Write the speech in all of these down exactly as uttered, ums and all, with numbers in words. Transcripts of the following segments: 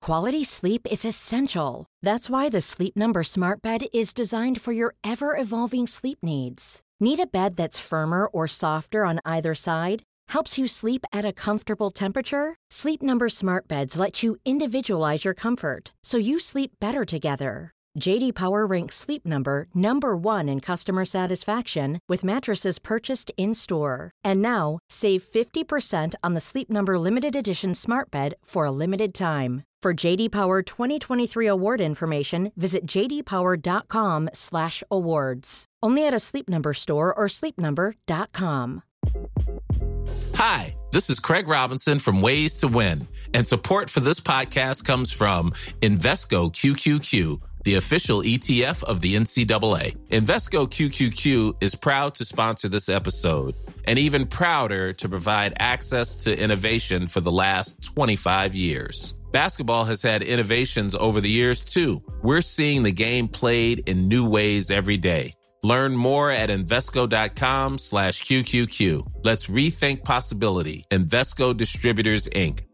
Quality sleep is essential. That's why the Sleep Number Smart Bed is designed for your ever-evolving sleep needs. Need a bed that's firmer or softer on either side? Helps you sleep at a comfortable temperature? Sleep Number Smart Beds let you individualize your comfort, so you sleep better together. J D Power ranks Sleep Number number one in customer satisfaction with mattresses purchased in-store. And now, save fifty percent on the Sleep Number Limited Edition Smart Bed for a limited time. For J D Power twenty twenty-three award information, visit j d power dot com slash awards. Only at a Sleep Number store or sleep number dot com. Hi, this is Craig Robinson from Ways to Win, and support for this podcast comes from Invesco Q Q Q, the official E T F of the N C double A. Invesco Q Q Q is proud to sponsor this episode, and even prouder to provide access to innovation for the last twenty-five years. Basketball has had innovations over the years, too. We're seeing the game played in new ways every day. Learn more at Invesco.com slash QQQ. Let's rethink possibility. Invesco Distributors, Incorporated.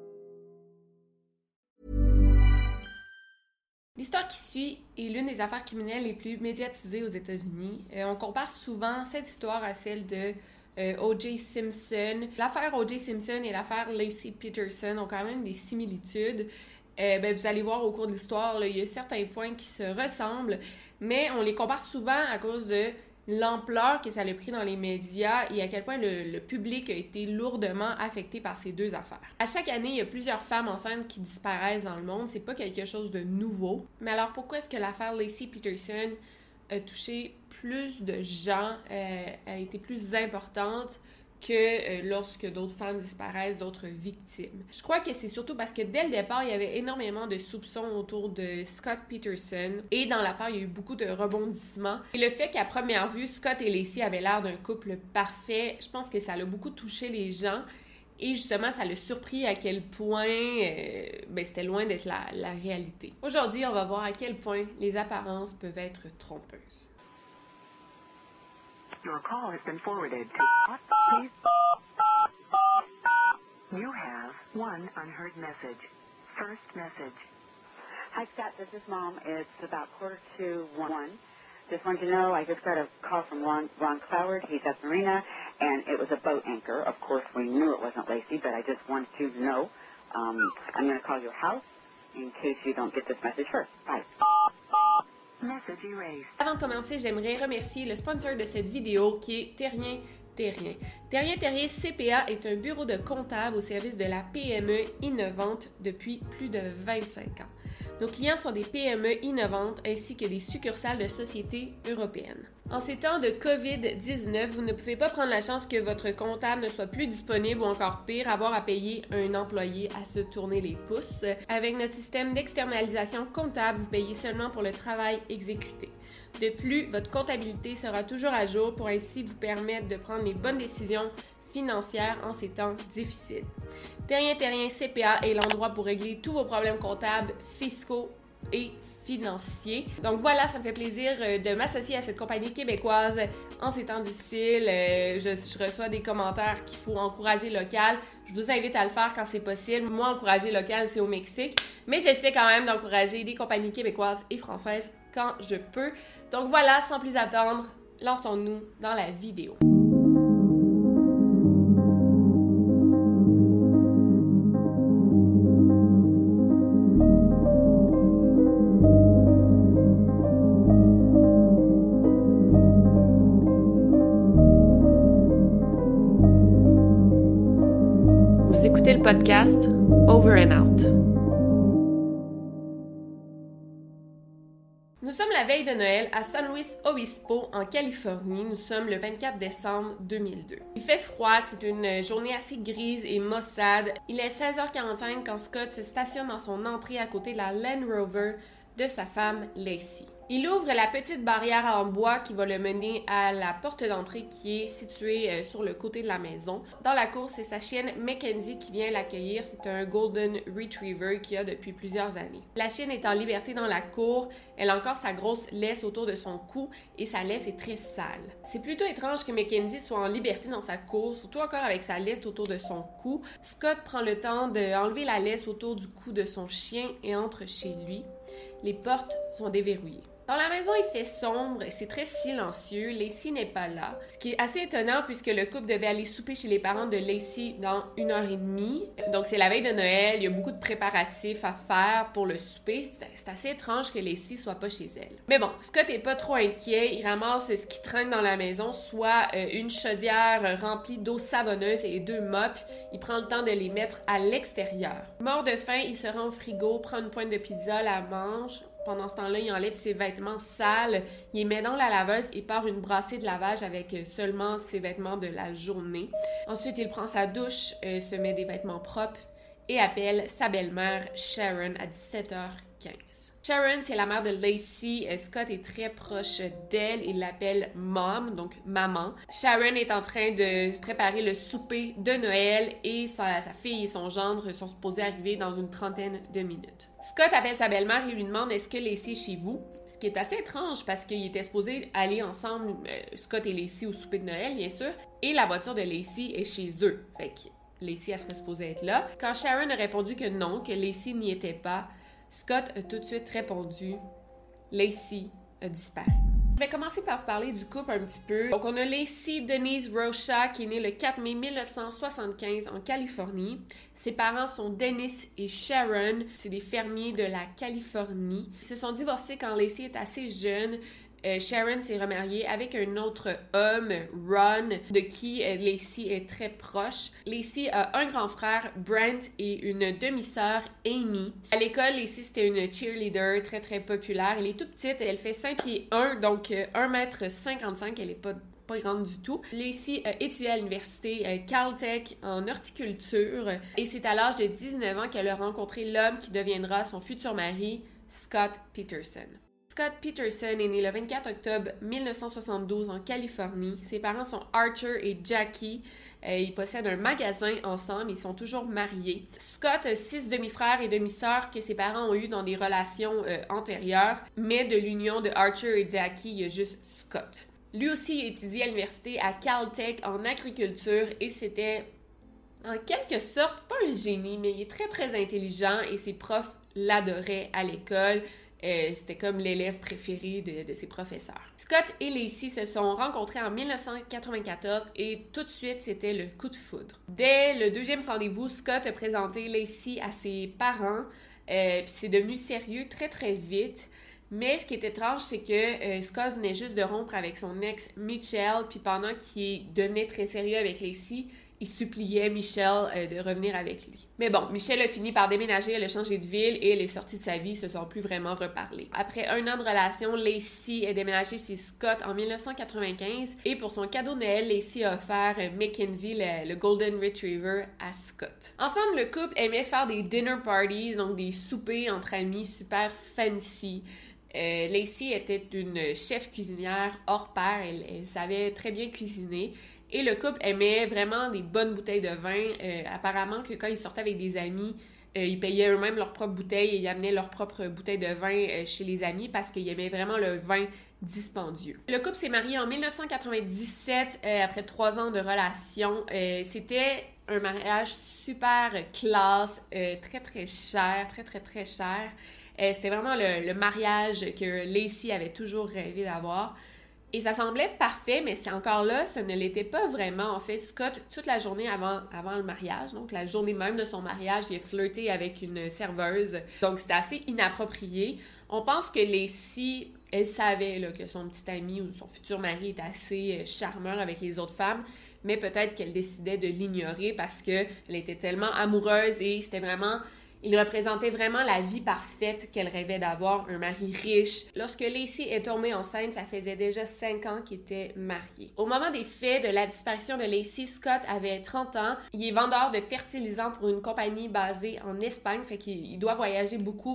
L'histoire qui suit est l'une des affaires criminelles les plus médiatisées aux États-Unis. Euh, on compare souvent cette histoire à celle de euh, O J Simpson. L'affaire O J Simpson et l'affaire Laci Peterson ont quand même des similitudes. Euh, ben, vous allez voir au cours de l'histoire, là, il y a certains points qui se ressemblent, mais on les compare souvent à cause de l'ampleur que ça a pris dans les médias et à quel point le, le public a été lourdement affecté par ces deux affaires. À chaque année, il y a plusieurs femmes enceintes qui disparaissent dans le monde. C'est pas quelque chose de nouveau. Mais alors, pourquoi est-ce que l'affaire Laci Peterson a touché plus de gens, euh, a été plus importante que euh, lorsque d'autres femmes disparaissent, d'autres victimes? Je crois que c'est surtout parce que dès le départ, il y avait énormément de soupçons autour de Scott Peterson. Et dans l'affaire, il y a eu beaucoup de rebondissements. Et le fait qu'à première vue, Scott et Laci avaient l'air d'un couple parfait, je pense que ça l'a beaucoup touché les gens. Et justement, ça l'a surpris à quel point euh, ben, c'était loin d'être la, la réalité. Aujourd'hui, on va voir à quel point les apparences peuvent être trompeuses. Your call has been forwarded to... Please. You have one unheard message. First message. Hi, Scott. This is Mom. It's about quarter to one. Just wanted to know, I just got a call from Ron, Ron Cloward. He's at the marina, and it was a boat anchor. Of course, we knew it wasn't Laci, but I just wanted to know. Um, I'm going to call your house in case you don't get this message first. Bye. Message erased. Avant de commencer, j'aimerais remercier le sponsor de cette vidéo qui est Terrien Terrien. Terrien Terrien C P A est un bureau de comptable au service de la P M E innovante depuis plus de vingt-cinq ans. Nos clients sont des P M E innovantes ainsi que des succursales de sociétés européennes. En ces temps de covid dix-neuf, vous ne pouvez pas prendre la chance que votre comptable ne soit plus disponible ou encore pire, avoir à payer un employé à se tourner les pouces. Avec notre système d'externalisation comptable, vous payez seulement pour le travail exécuté. De plus, votre comptabilité sera toujours à jour pour ainsi vous permettre de prendre les bonnes décisions financières en ces temps difficiles. Terrien Terrien C P A est l'endroit pour régler tous vos problèmes comptables, fiscaux et financiers. Donc voilà, ça me fait plaisir de m'associer à cette compagnie québécoise en ces temps difficiles. Je, je reçois des commentaires qu'il faut encourager local. Je vous invite à le faire quand c'est possible. Moi, encourager local, c'est au Mexique. Mais j'essaie quand même d'encourager des compagnies québécoises et françaises quand je peux. Donc voilà, sans plus attendre, lançons-nous dans la vidéo. Vous écoutez le podcast Over and Out. Nous sommes la veille de Noël à San Luis Obispo, en Californie. Nous sommes le vingt-quatre décembre deux mille deux. Il fait froid, c'est une journée assez grise et maussade. Il est seize heures quarante-cinq quand Scott se stationne dans son entrée à côté de la Land Rover de sa femme Lacey. Il ouvre la petite barrière en bois qui va le mener à la porte d'entrée qui est située euh, sur le côté de la maison. Dans la cour, c'est sa chienne Mackenzie qui vient l'accueillir. C'est un Golden Retriever qu'il a depuis plusieurs années. La chienne est en liberté dans la cour. Elle a encore sa grosse laisse autour de son cou et sa laisse est très sale. C'est plutôt étrange que Mackenzie soit en liberté dans sa cour, surtout encore avec sa laisse autour de son cou. Scott prend le temps d'enlever la laisse autour du cou de son chien et entre chez lui. Les portes sont déverrouillées. Dans la maison, il fait sombre et c'est très silencieux. Lacey n'est pas là. Ce qui est assez étonnant puisque le couple devait aller souper chez les parents de Lacey dans une heure et demie. Donc, c'est la veille de Noël. Il y a beaucoup de préparatifs à faire pour le souper. C'est assez étrange que Lacey soit pas chez elle. Mais bon, Scott est pas trop inquiet. Il ramasse ce qui traîne dans la maison, soit euh, une chaudière remplie d'eau savonneuse et deux mops. Il prend le temps de les mettre à l'extérieur. Mort de faim, il se rend au frigo, prend une pointe de pizza, la mange. Pendant ce temps-là, il enlève ses vêtements sales, il les met dans la laveuse et part une brassée de lavage avec seulement ses vêtements de la journée. Ensuite, il prend sa douche, euh, se met des vêtements propres et appelle sa belle-mère Sharon à dix-sept heures quinze. Sharon, c'est la mère de Lacey. Scott est très proche d'elle. Il l'appelle Mom, donc maman. Sharon est en train de préparer le souper de Noël et sa, sa fille et son gendre sont supposés arriver dans une trentaine de minutes. Scott appelle sa belle-mère et lui demande est-ce que Lacey est chez vous? Ce qui est assez étrange parce qu'ils étaient supposés aller ensemble, euh, Scott et Lacey, au souper de Noël, bien sûr, et la voiture de Lacey est chez eux. Fait que Lacey, elle serait supposée être là. Quand Sharon a répondu que non, que Lacey n'y était pas, Scott a tout de suite répondu « Lacey a disparu ». Je vais commencer par vous parler du couple un petit peu. Donc, on a Lacey Denise Rocha qui est née le quatre mai mille neuf cent soixante-quinze en Californie. Ses parents sont Dennis et Sharon. C'est des fermiers de la Californie. Ils se sont divorcés quand Lacey est assez jeune. Euh, Sharon s'est remariée avec un autre homme, Ron, de qui euh, Lacey est très proche. Lacey a un grand frère, Brent, et une demi-sœur, Amy. À l'école, Lacey, c'était une cheerleader très, très populaire. Elle est toute petite, elle fait cinq pieds un, donc euh, un mètre cinquante-cinq, elle est pas pas grande du tout. Lacey a étudié à l'université euh, Caltech en horticulture et c'est à l'âge de dix-neuf ans qu'elle a rencontré l'homme qui deviendra son futur mari, Scott Peterson. Scott Peterson est né le vingt-quatre octobre mille neuf cent soixante-douze en Californie. Ses parents sont Arthur et Jackie. Euh, ils possèdent un magasin ensemble. Ils sont toujours mariés. Scott a six demi-frères et demi-sœurs que ses parents ont eu dans des relations euh, antérieures. Mais de l'union de Arthur et Jackie, il y a juste Scott. Lui aussi étudie à l'université à Caltech en agriculture et c'était en quelque sorte pas un génie, mais il est très très intelligent et ses profs l'adoraient à l'école. Euh, c'était comme l'élève préféré de, de ses professeurs. Scott et Lacey se sont rencontrés en mille neuf cent quatre-vingt-quatorze et tout de suite, c'était le coup de foudre. Dès le deuxième rendez-vous, Scott a présenté Lacey à ses parents, euh, puis c'est devenu sérieux très très vite. Mais ce qui est étrange, c'est que euh, Scott venait juste de rompre avec son ex Michelle, puis pendant qu'il devenait très sérieux avec Lacey, il suppliait Michelle euh, de revenir avec lui. Mais bon, Michelle a fini par déménager, elle a changé de ville et les sorties de sa vie se sont plus vraiment reparlées. Après un an de relation, Lacey a déménagé chez Scott en mille neuf cent quatre-vingt-quinze et pour son cadeau de Noël, Lacey a offert euh, Mackenzie, le, le Golden Retriever, à Scott. Ensemble, le couple aimait faire des dinner parties, donc des soupers entre amis super fancy. Euh, Lacey était une chef cuisinière hors pair, elle, elle savait très bien cuisiner et le couple aimait vraiment des bonnes bouteilles de vin. Euh, apparemment que quand ils sortaient avec des amis, euh, ils payaient eux-mêmes leurs propres bouteilles et ils amenaient leurs propres bouteilles de vin euh, chez les amis parce qu'ils aimaient vraiment le vin dispendieux. Le couple s'est marié en mille neuf cent quatre-vingt-dix-sept euh, après trois ans de relation. Euh, c'était un mariage super classe, euh, très très cher, très très très cher. Euh, c'était vraiment le, le mariage que Lacey avait toujours rêvé d'avoir. Et ça semblait parfait, mais c'est encore là, ce ne l'était pas vraiment. En fait, Scott, toute la journée avant, avant le mariage, donc la journée même de son mariage, il a flirté avec une serveuse. Donc, c'était assez inapproprié. On pense que Lacey, elle savait là, que son petit ami ou son futur mari est assez charmeur avec les autres femmes, mais peut-être qu'elle décidait de l'ignorer parce qu'elle était tellement amoureuse et c'était vraiment... Il représentait vraiment la vie parfaite qu'elle rêvait d'avoir, un mari riche. Lorsque Lacey est tombée enceinte, ça faisait déjà cinq ans qu'ils étaient mariés. Au moment des faits de la disparition de Lacey, Scott avait trente ans. Il est vendeur de fertilisants pour une compagnie basée en Espagne, fait qu'il doit voyager beaucoup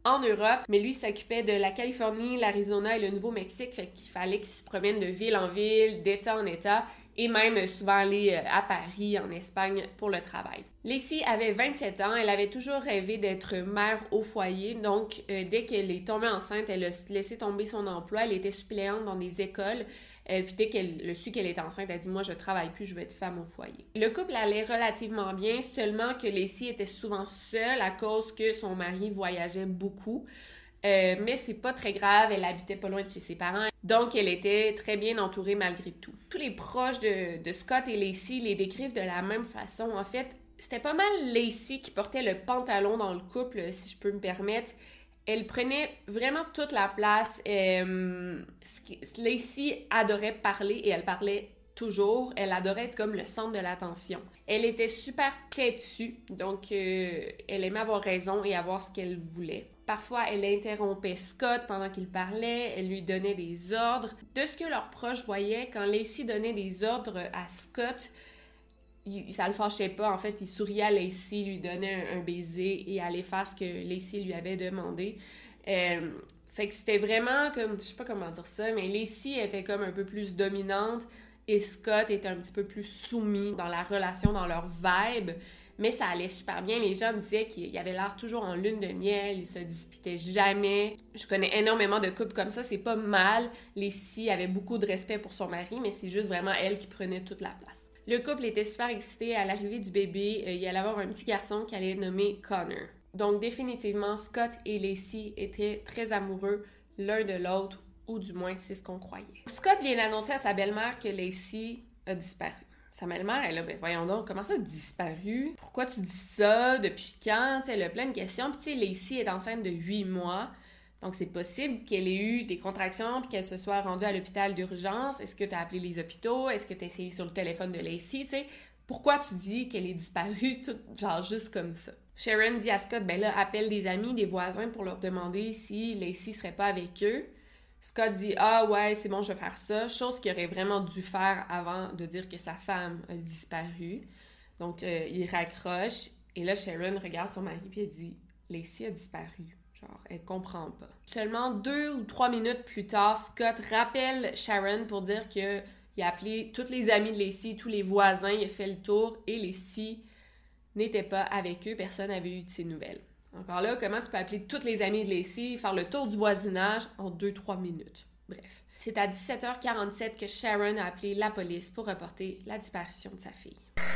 en Europe, mais lui s'occupait de la Californie, l'Arizona et le Nouveau-Mexique, fait qu'il fallait qu'il se promène de ville en ville, d'État en État, et même souvent aller à Paris, en Espagne, pour le travail. Lacey avait vingt-sept ans, elle avait toujours rêvé d'être mère au foyer, donc euh, dès qu'elle est tombée enceinte, elle a laissé tomber son emploi, elle était suppléante dans des écoles, euh, puis dès qu'elle a su qu'elle était enceinte, elle a dit « Moi, je travaille plus, je vais être femme au foyer ». Le couple allait relativement bien, seulement que Lacey était souvent seule à cause que son mari voyageait beaucoup. Euh, mais c'est pas très grave, elle habitait pas loin de chez ses parents, donc elle était très bien entourée malgré tout. Tous les proches de, de Scott et Lacey les décrivent de la même façon. En fait, c'était pas mal Lacey qui portait le pantalon dans le couple, si je peux me permettre. Elle prenait vraiment toute la place. Euh, Lacey adorait parler et elle parlait toujours. Elle adorait être comme le centre de l'attention. Elle était super têtue, donc euh, elle aimait avoir raison et avoir ce qu'elle voulait. Parfois, elle interrompait Scott pendant qu'il parlait, elle lui donnait des ordres. De ce que leurs proches voyaient, quand Lacey donnait des ordres à Scott, il, ça le fâchait pas. En fait, il souriait à Lacey, lui donnait un, un baiser et allait faire ce que Lacey lui avait demandé. Euh, fait que c'était vraiment comme, je sais pas comment dire ça, mais Lacey était comme un peu plus dominante et Scott était un petit peu plus soumis dans la relation, dans leur vibe. Mais ça allait super bien. Les gens disaient qu'il avait l'air toujours en lune de miel, ils se disputaient jamais. Je connais énormément de couples comme ça, c'est pas mal. Lacey avait beaucoup de respect pour son mari, mais c'est juste vraiment elle qui prenait toute la place. Le couple était super excité à l'arrivée du bébé. Il allait avoir un petit garçon qu'il allait nommer Connor. Donc définitivement, Scott et Lacey étaient très amoureux l'un de l'autre, ou du moins c'est ce qu'on croyait. Scott vient d'annoncer à sa belle-mère que Lacey a disparu. Sa belle-mère, elle a, ben voyons donc, comment ça a disparu? Pourquoi tu dis ça? Depuis quand? T'sais, elle a plein de questions. Puis tu sais, Lacey est enceinte de huit mois. Donc c'est possible qu'elle ait eu des contractions puis qu'elle se soit rendue à l'hôpital d'urgence. Est-ce que tu as appelé les hôpitaux? Est-ce que tu as essayé sur le téléphone de Lacey? T'sais, pourquoi tu dis qu'elle est disparue, tout, genre juste comme ça? Sharon dit à Scott, ben là, appelle des amis, des voisins pour leur demander si Lacey serait pas avec eux. Scott dit « Ah ouais, c'est bon, je vais faire ça », chose qu'il aurait vraiment dû faire avant de dire que sa femme a disparu. Donc, euh, il raccroche, et là, Sharon regarde son mari, puis elle dit « Lacey a disparu ». Genre, elle comprend pas. Seulement deux ou trois minutes plus tard, Scott rappelle Sharon pour dire qu'il a appelé tous les amis de Lacey, tous les voisins, il a fait le tour, et Lacey n'était pas avec eux, personne n'avait eu de ses nouvelles. Encore là, comment tu peux appeler toutes les amies de Lacey, faire le tour du voisinage en deux à trois minutes? Bref. C'est à dix-sept heures quarante-sept que Sharon a appelé la police pour reporter la disparition de sa fille.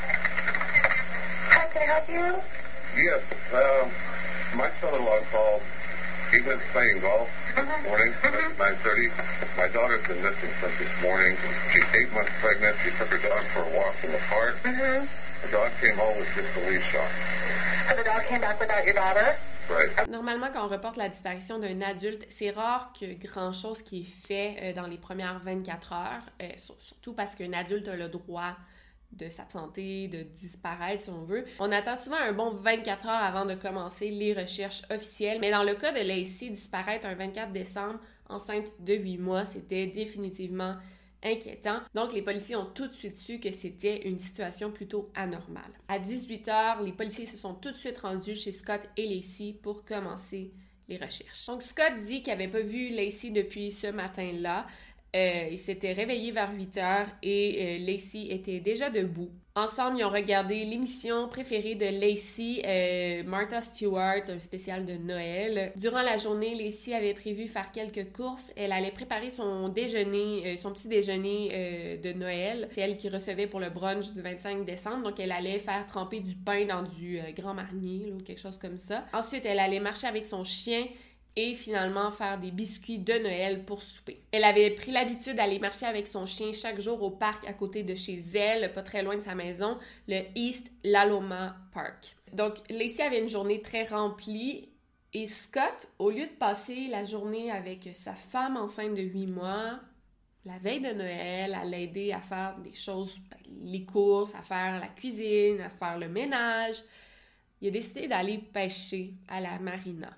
Hi, can I help you? Yes, uh, my son-in-law called. He went playing golf this morning at nine thirty. My daughter's been missing since this morning. She's eight months pregnant. She took her dog for a walk in the park. Mm-hmm. The dog came home with just a leash on. So the dog came back without your daughter? Right. Normalement, quand on reporte la disparition d'un adulte, c'est rare que grand-chose qui est fait euh, dans les premières vingt-quatre heures, euh, surtout parce qu'un adulte a le droit de s'absenter, de disparaître si on veut. On attend souvent un bon vingt-quatre heures avant de commencer les recherches officielles, mais dans le cas de Lacey, disparaître un vingt-quatre décembre, enceinte de huit mois, c'était définitivement inquiétant. Donc, les policiers ont tout de suite su que c'était une situation plutôt anormale. À dix-huit heures, les policiers se sont tout de suite rendus chez Scott et Lacey pour commencer les recherches. Donc, Scott dit qu'il n'avait pas vu Lacey depuis ce matin-là. Euh, il s'était réveillé vers huit heures et euh, Lacey était déjà debout. Ensemble, ils ont regardé l'émission préférée de Lacey, euh, Martha Stewart, un spécial de Noël. Durant la journée, Lacey avait prévu faire quelques courses. Elle allait préparer son déjeuner, euh, son petit déjeuner euh, de Noël. C'est elle qui recevait pour le brunch du vingt-cinq décembre. Donc, elle allait faire tremper du pain dans du euh, Grand Marnier, là, ou quelque chose comme ça. Ensuite, elle allait marcher avec son chien et finalement faire des biscuits de Noël pour souper. Elle avait pris l'habitude d'aller marcher avec son chien chaque jour au parc à côté de chez elle, pas très loin de sa maison, le East Laloma Park. Donc, Lacey avait une journée très remplie et Scott, au lieu de passer la journée avec sa femme enceinte de huit mois, la veille de Noël, à l'aider à faire des choses, les courses, à faire la cuisine, à faire le ménage, il a décidé d'aller pêcher à la marina.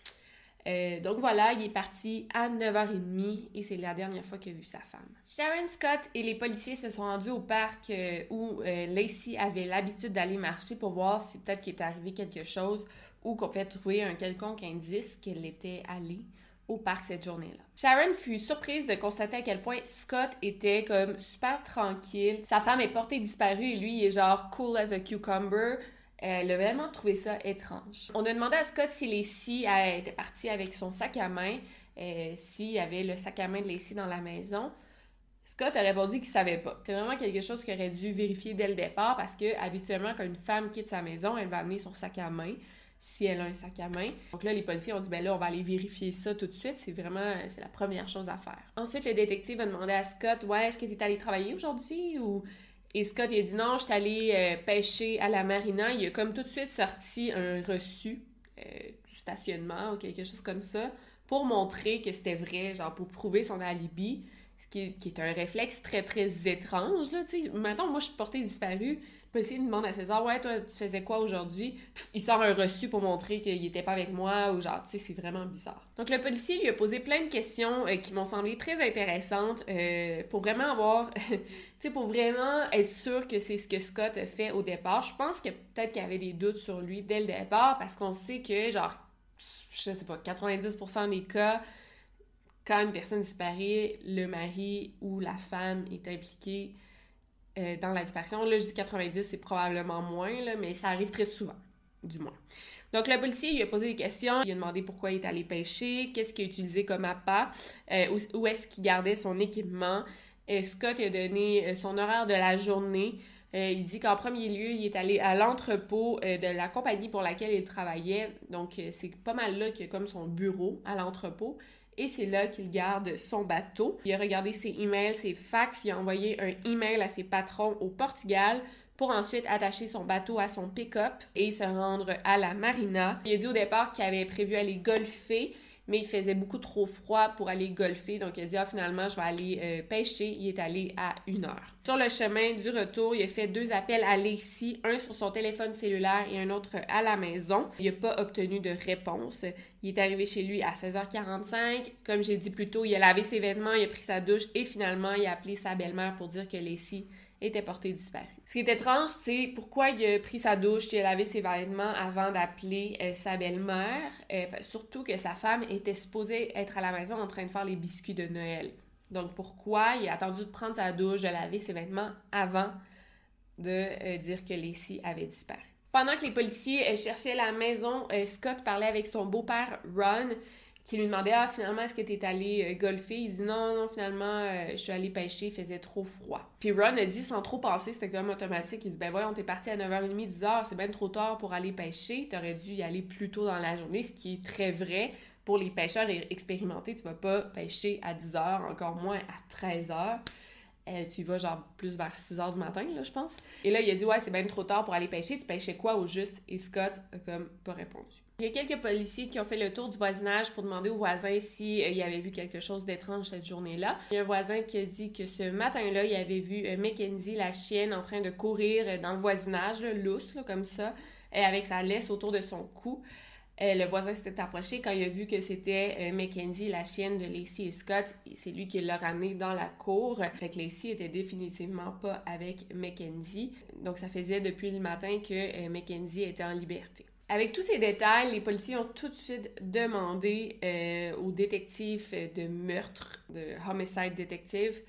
Euh, donc voilà, il est parti à neuf heures trente et c'est la dernière fois qu'il a vu sa femme. Sharon, Scott et les policiers se sont rendus au parc euh, où euh, Lacey avait l'habitude d'aller marcher pour voir si peut-être qu'il était arrivé quelque chose ou qu'on pouvait trouver un quelconque indice qu'elle était allée au parc cette journée-là. Sharon fut surprise de constater à quel point Scott était comme super tranquille. Sa femme est portée disparue et lui, il est genre cool as a cucumber. Elle a vraiment trouvé ça étrange. On a demandé à Scott si Lacey était partie avec son sac à main, euh, s'il y avait le sac à main de Lacey dans la maison. Scott a répondu qu'il savait pas. C'est vraiment quelque chose qu'il aurait dû vérifier dès le départ parce que habituellement, quand une femme quitte sa maison, elle va amener son sac à main. Si elle a un sac à main. Donc là, les policiers ont dit, ben là, on va aller vérifier ça tout de suite. C'est vraiment, c'est la première chose à faire. Ensuite, le détective a demandé à Scott, ouais, est-ce que tu es allé travailler aujourd'hui? Ou... Et Scott, il a dit, non, je suis allé euh, pêcher à la marina. Il a comme tout de suite sorti un reçu euh, du stationnement ou quelque chose comme ça pour montrer que c'était vrai, genre pour prouver son alibi. Ce qui est, qui est un réflexe très, très étrange, là, tu sais. Maintenant, moi, je suis portée disparue. Le policier demande à César, ouais, toi, tu faisais quoi aujourd'hui? Pff, il sort un reçu pour montrer qu'il était pas avec moi, ou genre, tu sais, c'est vraiment bizarre. Donc, le policier lui a posé plein de questions euh, qui m'ont semblé très intéressantes euh, pour vraiment avoir, tu sais, pour vraiment être sûr que c'est ce que Scott a fait au départ. Je pense que peut-être qu'il y avait des doutes sur lui dès le départ, parce qu'on sait que, genre, je sais pas, quatre-vingt-dix pour cent des cas, quand une personne disparaît, le mari ou la femme est impliqué euh, dans la disparition. Là, je dis quatre-vingt-dix, c'est probablement moins, là, mais ça arrive très souvent, du moins. Donc, le policier lui a posé des questions. Il a demandé pourquoi il est allé pêcher, qu'est-ce qu'il a utilisé comme appât, euh, où, où est-ce qu'il gardait son équipement. Euh, Scott a donné son horaire de la journée. Euh, il dit qu'en premier lieu, il est allé à l'entrepôt euh, de la compagnie pour laquelle il travaillait. Donc, euh, c'est pas mal là qu'il y a comme son bureau à l'entrepôt. Et c'est là qu'il garde son bateau. Il a regardé ses emails, ses fax. Il a envoyé un email à ses patrons au Portugal pour ensuite attacher son bateau à son pick-up et se rendre à la marina. Il a dit au départ qu'il avait prévu aller golfer, mais il faisait beaucoup trop froid pour aller golfer. Donc, il a dit, ah, finalement, je vais aller euh, pêcher. Il est allé à une heure. Sur le chemin du retour, il a fait deux appels à Lacey, un sur son téléphone cellulaire et un autre à la maison. Il n'a pas obtenu de réponse. Il est arrivé chez lui à seize heures quarante-cinq. Comme j'ai dit plus tôt, il a lavé ses vêtements, il a pris sa douche et finalement, il a appelé sa belle-mère pour dire que Lacey était portée disparue. Ce qui est étrange, c'est pourquoi il a pris sa douche, il a lavé ses vêtements avant d'appeler euh, sa belle-mère, euh, surtout que sa femme était supposée être à la maison en train de faire les biscuits de Noël. Donc pourquoi il a attendu de prendre sa douche, de laver ses vêtements avant de euh, dire que Lacey avait disparu. Pendant que les policiers euh, cherchaient la maison, euh, Scott parlait avec son beau-père Ron, qui lui demandait « Ah, finalement, est-ce que t'es allé euh, golfer? » Il dit « Non, non, finalement, euh, je suis allé pêcher, il faisait trop froid. » Puis Ron a dit, sans trop penser, c'était comme automatique, il dit « Ben voyons, t'es parti à neuf heures trente, dix heures, c'est bien trop tard pour aller pêcher, t'aurais dû y aller plus tôt dans la journée, ce qui est très vrai. Pour les pêcheurs expérimentés, tu vas pas pêcher à dix heures, encore moins à treize heures. Euh, tu y vas genre plus vers six heures du matin, là, je pense. Et là, il a dit « Ouais, c'est bien trop tard pour aller pêcher, tu pêchais quoi au juste? » Et Scott a comme pas répondu. Il y a quelques policiers qui ont fait le tour du voisinage pour demander aux voisins s'il euh, avait vu quelque chose d'étrange cette journée-là. Il y a un voisin qui a dit que ce matin-là, il avait vu euh, Mackenzie, la chienne, en train de courir euh, dans le voisinage, là, lousse, là, comme ça, euh, avec sa laisse autour de son cou. Euh, le voisin s'était approché quand il a vu que c'était euh, Mackenzie, la chienne de Lacey et Scott. Et c'est lui qui l'a ramenée dans la cour. Fait que Lacey était définitivement pas avec Mackenzie. Donc, ça faisait depuis le matin que euh, Mackenzie était en liberté. Avec tous ces détails, les policiers ont tout de suite demandé euh, au détective de meurtre, de homicide detective,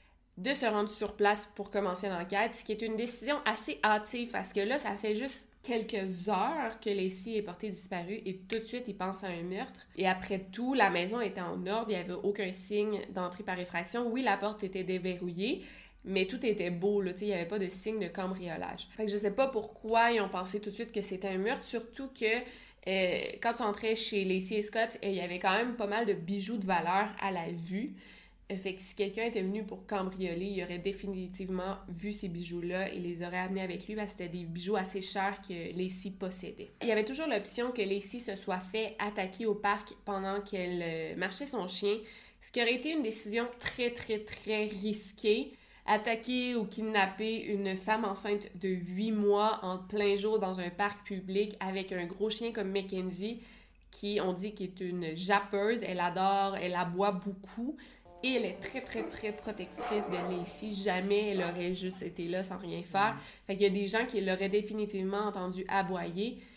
de se rendre sur place pour commencer l'enquête, ce qui est une décision assez hâtive parce que là, ça fait juste quelques heures que Lacey est portée disparue et tout de suite, ils pensent à un meurtre. Et après tout, la maison était en ordre, il n'y avait aucun signe d'entrée par effraction. Oui, la porte était déverrouillée, mais tout était beau, là, tu sais, il n'y avait pas de signe de cambriolage. Fait que je sais pas pourquoi ils ont pensé tout de suite que c'était un meurtre, surtout que euh, quand tu entrais chez Lacey et Scott, il y avait quand même pas mal de bijoux de valeur à la vue. Fait que si quelqu'un était venu pour cambrioler, il aurait définitivement vu ces bijoux-là et les aurait amenés avec lui parce que c'était des bijoux assez chers que Lacey possédait. Il y avait toujours l'option que Lacey se soit fait attaquer au parc pendant qu'elle euh, marchait son chien, ce qui aurait été une décision très, très, très risquée. Attaquer ou kidnapper une femme enceinte de huit mois en plein jour dans un parc public avec un gros chien comme Mackenzie, qui, on dit, qui est une jappeuse. Elle adore, elle aboie beaucoup. Et elle est très, très, très protectrice de Lacey. Jamais elle aurait juste été là sans rien faire. Fait qu'il y a des gens qui l'auraient définitivement entendu aboyer.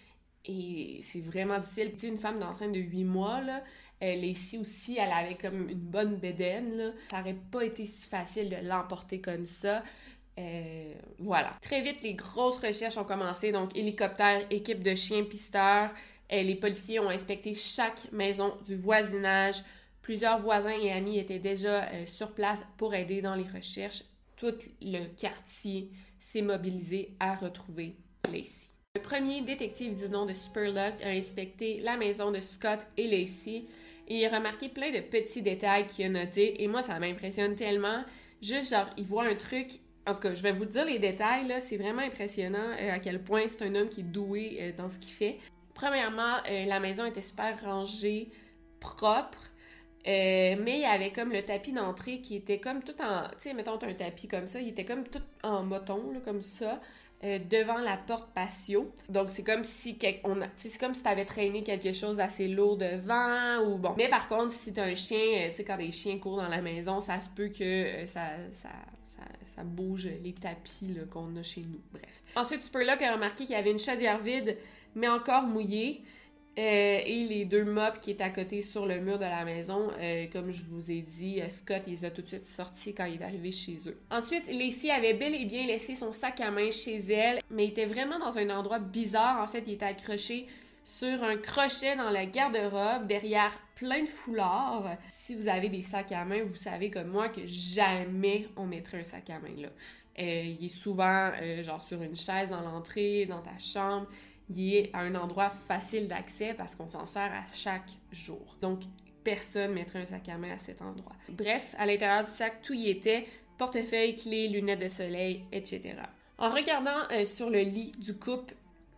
Et c'est vraiment difficile. Tu sais, une femme d'enceinte de huit mois, là, euh, Lacey aussi, elle avait comme une bonne bédaine, là. Ça aurait pas été si facile de l'emporter comme ça. Euh, voilà. Très vite, les grosses recherches ont commencé. Donc, hélicoptère, équipe de chiens pisteurs. Euh, les policiers ont inspecté chaque maison du voisinage. Plusieurs voisins et amis étaient déjà euh, sur place pour aider dans les recherches. Tout le quartier s'est mobilisé à retrouver Lacey. Le premier détective du nom de Spurlock a inspecté la maison de Scott et Lacey et il a remarqué plein de petits détails qu'il a notés. Et moi, ça m'impressionne tellement. Juste, genre, il voit un truc... En tout cas, je vais vous dire les détails, là. C'est vraiment impressionnant euh, à quel point c'est un homme qui est doué euh, dans ce qu'il fait. Premièrement, euh, la maison était super rangée, propre. Euh, mais il y avait comme le tapis d'entrée qui était comme tout en... Tu sais, mettons, t'as un tapis comme ça, il était comme tout en moton, là, comme ça, euh, devant la porte patio. Donc, c'est comme si on a, c'est comme si t'avais traîné quelque chose d'assez lourd devant, ou bon. Mais par contre, si t'as un chien, euh, tu sais, quand des chiens courent dans la maison, ça se peut que euh, ça, ça, ça, ça bouge les tapis là, qu'on a chez nous. Bref. Ensuite, Spurlock a remarqué qu'il y avait une chaudière vide, mais encore mouillée. Euh, et les deux mops qui étaient à côté sur le mur de la maison, euh, comme je vous ai dit, Scott il les a tout de suite sortis quand il est arrivé chez eux. Ensuite, Lacey avait bel et bien laissé son sac à main chez elle, mais il était vraiment dans un endroit bizarre. En fait, il était accroché sur un crochet dans le garde-robe, derrière plein de foulards. Si vous avez des sacs à main, vous savez comme moi que jamais on mettrait un sac à main là. Euh, il est souvent euh, genre sur une chaise dans l'entrée, dans ta chambre. Il est à un endroit facile d'accès parce qu'on s'en sert à chaque jour. Donc, personne ne mettrait un sac à main à cet endroit. Bref, à l'intérieur du sac, tout y était. Portefeuille, clés, lunettes de soleil, et cetera. En regardant euh, sur le lit du couple,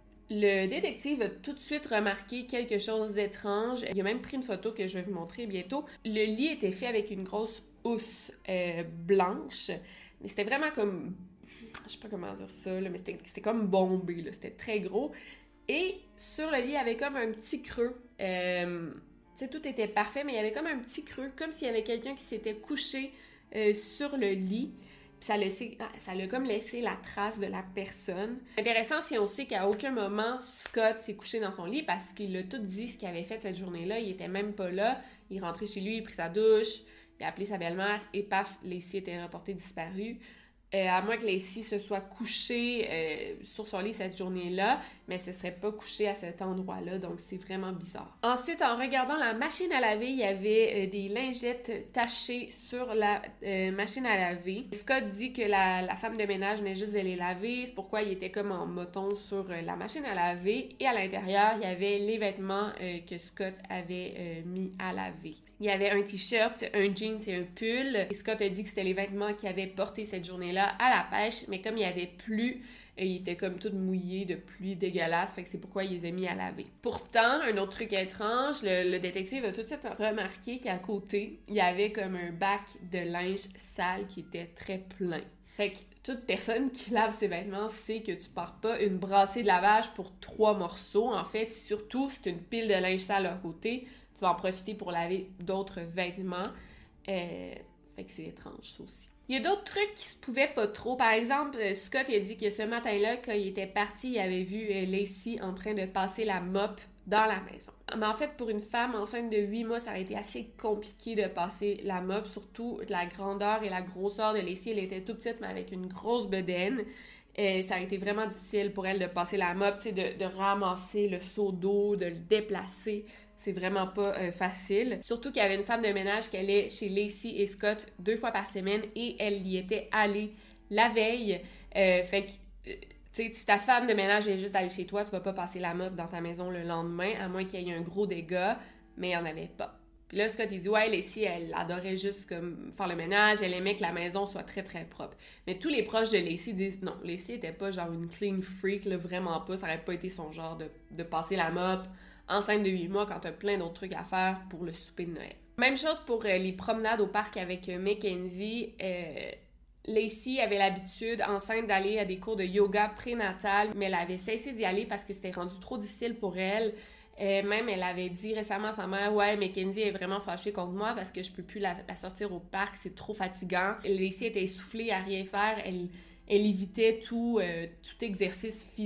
le détective a tout de suite remarqué quelque chose d'étrange. Il a même pris une photo que je vais vous montrer bientôt. Le lit était fait avec une grosse housse euh, blanche. Mais c'était vraiment comme... Je sais pas comment dire ça, là, mais c'était, c'était comme bombé, là. C'était très gros. Et sur le lit, il y avait comme un petit creux. Euh, tu sais, tout était parfait, mais il y avait comme un petit creux, comme s'il y avait quelqu'un qui s'était couché euh, sur le lit. Puis ça, laissé, ça l'a comme laissé la trace de la personne. Intéressant si on sait qu'à aucun moment, Scott s'est couché dans son lit parce qu'il a tout dit ce qu'il avait fait cette journée-là. Il était même pas là. Il est rentré chez lui, il a pris sa douche, il a appelé sa belle-mère et paf, Lacey était reportée disparue. Euh, à moins que Lacey se soit couchée euh, sur son lit cette journée-là, mais elle ne se serait pas couchée à cet endroit-là, donc c'est vraiment bizarre. Ensuite, en regardant la machine à laver, il y avait euh, des lingettes tachées sur la euh, machine à laver. Scott dit que la, la femme de ménage venait juste de les laver, c'est pourquoi il était comme en moton sur euh, la machine à laver, et à l'intérieur, il y avait les vêtements euh, que Scott avait euh, mis à laver. Il y avait un t-shirt, un jeans et un pull. Et Scott a dit que c'était les vêtements qu'il avait portés cette journée-là à la pêche, mais comme il y avait plu, il était comme tout mouillé de pluie dégueulasse, fait que c'est pourquoi il les a mis à laver. Pourtant, un autre truc étrange, le, le détective a tout de suite remarqué qu'à côté, il y avait comme un bac de linge sale qui était très plein. Fait que toute personne qui lave ses vêtements sait que tu pars pas une brassée de lavage pour trois morceaux. En fait, surtout si tu as une pile de linge sale à côté, tu vas en profiter pour laver d'autres vêtements. Euh, fait que c'est étrange, ça aussi. Il y a d'autres trucs qui se pouvaient pas trop. Par exemple, Scott il a dit que ce matin-là, quand il était parti, il avait vu Lacey en train de passer la mop dans la maison. Mais en fait, pour une femme enceinte de huit mois, ça aurait été assez compliqué de passer la mop, surtout la grandeur et la grosseur de Lacey. Elle était toute petite, mais avec une grosse bedaine. Et ça a été vraiment difficile pour elle de passer la mop, de, de ramasser le seau d'eau, de le déplacer. C'est vraiment pas euh, facile. Surtout qu'il y avait une femme de ménage qui allait chez Lacey et Scott deux fois par semaine et elle y était allée la veille. Euh, fait que, euh, tu sais, si ta femme de ménage est juste allée chez toi, tu vas pas passer la mop dans ta maison le lendemain, à moins qu'il y ait un gros dégât, mais il y en avait pas. Puis là, Scott, il dit, ouais, Lacey, elle adorait juste comme faire le ménage, elle aimait que la maison soit très, très propre. Mais tous les proches de Lacey disent, non, Lacey était pas genre une clean freak, là, vraiment pas, ça aurait pas été son genre de, de passer la mop enceinte de huit mois quand t'as plein d'autres trucs à faire pour le souper de Noël. Même chose pour euh, les promenades au parc avec euh, Mackenzie. Euh, Lacey avait l'habitude, enceinte, d'aller à des cours de yoga prénatal, mais elle avait cessé d'y aller parce que c'était rendu trop difficile pour elle. Euh, même, elle avait dit récemment à sa mère « Ouais, Mackenzie est vraiment fâchée contre moi parce que je peux plus la, la sortir au parc, c'est trop fatigant. » Lacey était essoufflée à rien faire, elle, elle évitait tout, euh, tout exercice physique.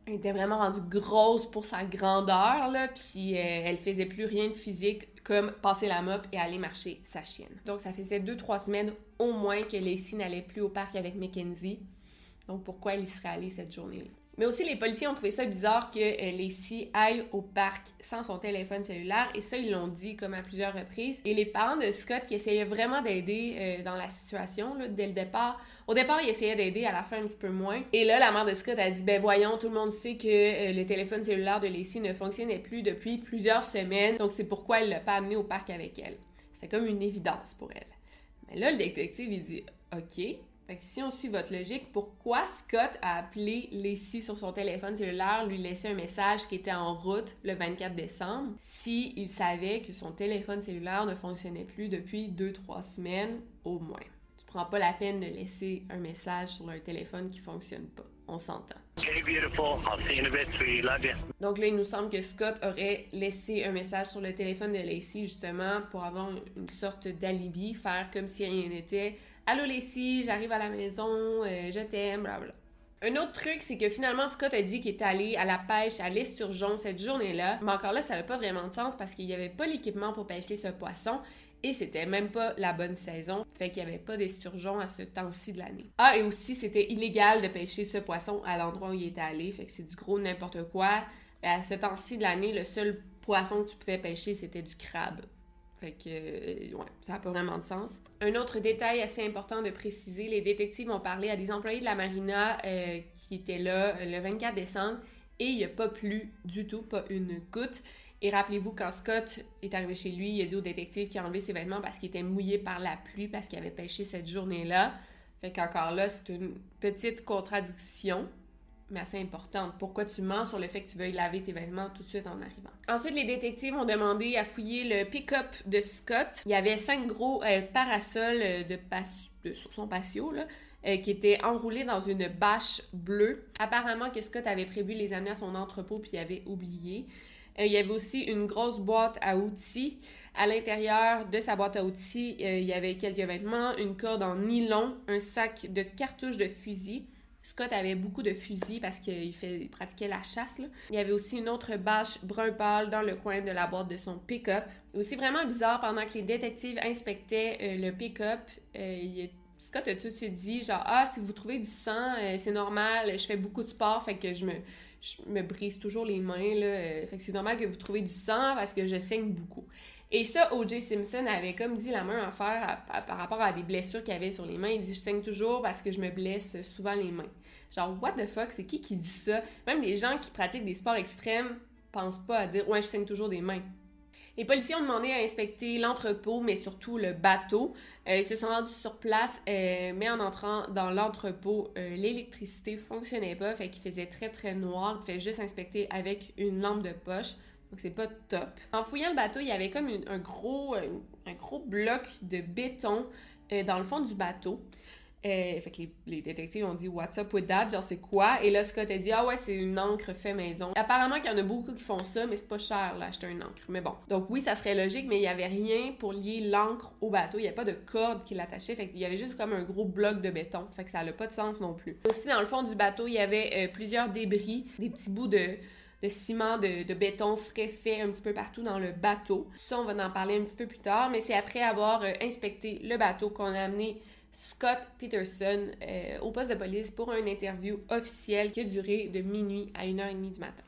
Elle était vraiment rendue grosse pour sa grandeur, là, puis euh, elle faisait plus rien de physique comme passer la mop et aller marcher sa chienne. Donc, ça faisait deux, trois semaines au moins que Lacey n'allait plus au parc avec Mackenzie. Donc, pourquoi elle y serait allée cette journée-là? Mais aussi, les policiers ont trouvé ça bizarre que euh, Lacey aille au parc sans son téléphone cellulaire, et ça, ils l'ont dit comme à plusieurs reprises. Et les parents de Scott qui essayaient vraiment d'aider euh, dans la situation, là, dès le départ, au départ, ils essayaient d'aider, à la fin, un petit peu moins. Et là, la mère de Scott a dit, ben voyons, tout le monde sait que euh, le téléphone cellulaire de Lacey ne fonctionnait plus depuis plusieurs semaines, donc c'est pourquoi elle l'a pas amené au parc avec elle. C'était comme une évidence pour elle. Mais là, le détective, il dit, OK. Fait que si on suit votre logique, pourquoi Scott a appelé Lacey sur son téléphone cellulaire, lui laisser un message qui était en route le vingt-quatre décembre, s'il savait que son téléphone cellulaire ne fonctionnait plus depuis deux trois semaines au moins? Tu prends pas la peine de laisser un message sur un téléphone qui fonctionne pas. On s'entend. Okay, beautiful. I'll see you in a bit, sweetie. Love you. Donc là, il nous semble que Scott aurait laissé un message sur le téléphone de Lacey, justement, pour avoir une sorte d'alibi, faire comme si rien n'était. « Allô Lacey, j'arrive à la maison, euh, je t'aime, blablabla. » Un autre truc, c'est que finalement, Scott a dit qu'il était allé à la pêche à l'Esturgeon cette journée-là. Mais encore là, ça n'a pas vraiment de sens parce qu'il n'y avait pas l'équipement pour pêcher ce poisson. Et c'était même pas la bonne saison, fait qu'il n'y avait pas d'esturgeon à ce temps-ci de l'année. Ah, et aussi, c'était illégal de pêcher ce poisson à l'endroit où il était allé, fait que c'est du gros n'importe quoi. À ce temps-ci de l'année, le seul poisson que tu pouvais pêcher, c'était du crabe. Fait que, euh, ouais, ça n'a pas vraiment de sens. Un autre détail assez important de préciser, les détectives ont parlé à des employés de la marina euh, qui étaient là le vingt-quatre décembre, et il n'y a pas plu du tout, pas une goutte. Et rappelez-vous, quand Scott est arrivé chez lui, il a dit au détective qu'il a enlevé ses vêtements parce qu'il était mouillé par la pluie, parce qu'il avait pêché cette journée-là. Fait qu'encore là, c'est une petite contradiction, mais assez importante. Pourquoi tu mens sur le fait que tu veuilles laver tes vêtements tout de suite en arrivant? Ensuite, les détectives ont demandé à fouiller le pick-up de Scott. Il y avait cinq gros euh, parasols euh, de pas- de, sur son patio, là, euh, qui étaient enroulés dans une bâche bleue. Apparemment que Scott avait prévu les amener à son entrepôt puis il avait oublié. Euh, il y avait aussi une grosse boîte à outils. À l'intérieur de sa boîte à outils, euh, il y avait quelques vêtements, une corde en nylon, un sac de cartouches de fusil. Scott avait beaucoup de fusils parce qu'il fait, il pratiquait la chasse, là. Il y avait aussi une autre bâche brun pâle dans le coin de la boîte de son pick-up. Aussi vraiment bizarre, pendant que les détectives inspectaient euh, le pick-up, euh, il, Scott a tout de suite dit genre « Ah, si vous trouvez du sang, euh, c'est normal, je fais beaucoup de sport, fait que je me... » Je me brise toujours les mains, là. Euh, fait que c'est normal que vous trouvez du sang parce que je saigne beaucoup. Et ça, O J Simpson avait comme dit la même affaire à, à, par rapport à des blessures qu'il avait sur les mains. Il dit « Je saigne toujours parce que je me blesse souvent les mains. » Genre, what the fuck, c'est qui qui dit ça? Même des gens qui pratiquent des sports extrêmes pensent pas à dire « Ouais, je saigne toujours des mains. » Les policiers ont demandé à inspecter l'entrepôt, mais surtout le bateau. Euh, ils se sont rendus sur place, euh, mais en entrant dans l'entrepôt, euh, l'électricité fonctionnait pas, fait qu'il faisait très très noir. Il fallait juste inspecter avec une lampe de poche, donc c'est pas top. En fouillant le bateau, il y avait comme une, un, gros, un, un gros bloc de béton euh, dans le fond du bateau. Euh, fait que les, les détectives ont dit « What's up with that? » Genre, c'est quoi? Et là, Scott a dit « Ah ouais, c'est une encre fait maison. » Apparemment qu'il y en a beaucoup qui font ça, mais c'est pas cher, là, acheter une encre. Mais bon. Donc oui, ça serait logique, mais il y avait rien pour lier l'encre au bateau. Il y avait pas de corde qui l'attachait. Fait qu'il y avait juste comme un gros bloc de béton. Fait que ça n'a pas de sens non plus. Aussi, dans le fond du bateau, il y avait euh, plusieurs débris, des petits bouts de... de ciment, de, de béton frais fait un petit peu partout dans le bateau. Ça, on va en parler un petit peu plus tard, mais c'est après avoir euh, inspecté le bateau qu'on a amené Scott Peterson euh, au poste de police pour une interview officielle qui a duré de minuit à une heure trente du matin.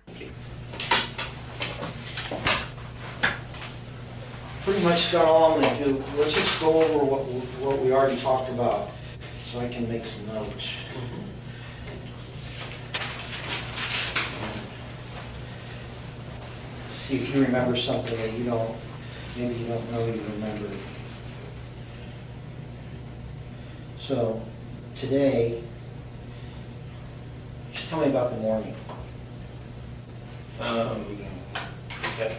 Pretty much got all I'm going to do. Let's just go over what, what we already talked about so I can make some notes. Mm-hmm. See if you remember something that you don't, maybe you don't know you remember. So, today, just tell me about the morning. Um, okay.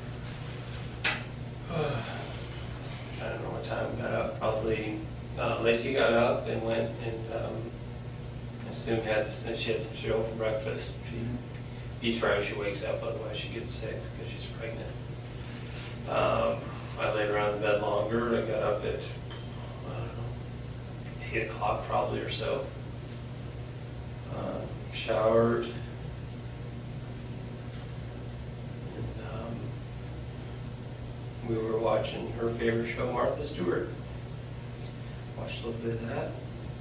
Uh, I don't know what time we got up. Probably, uh, Lacey got up and went and, um, assumed had, she had some cereal for breakfast. She eats right when she wakes up, otherwise she gets sick because she's pregnant. Um, I laid around in bed longer. I got up at, I don't know, eight o'clock probably or so. Uh, showered, we were watching her favorite show, Martha Stewart. Watched a little bit of that.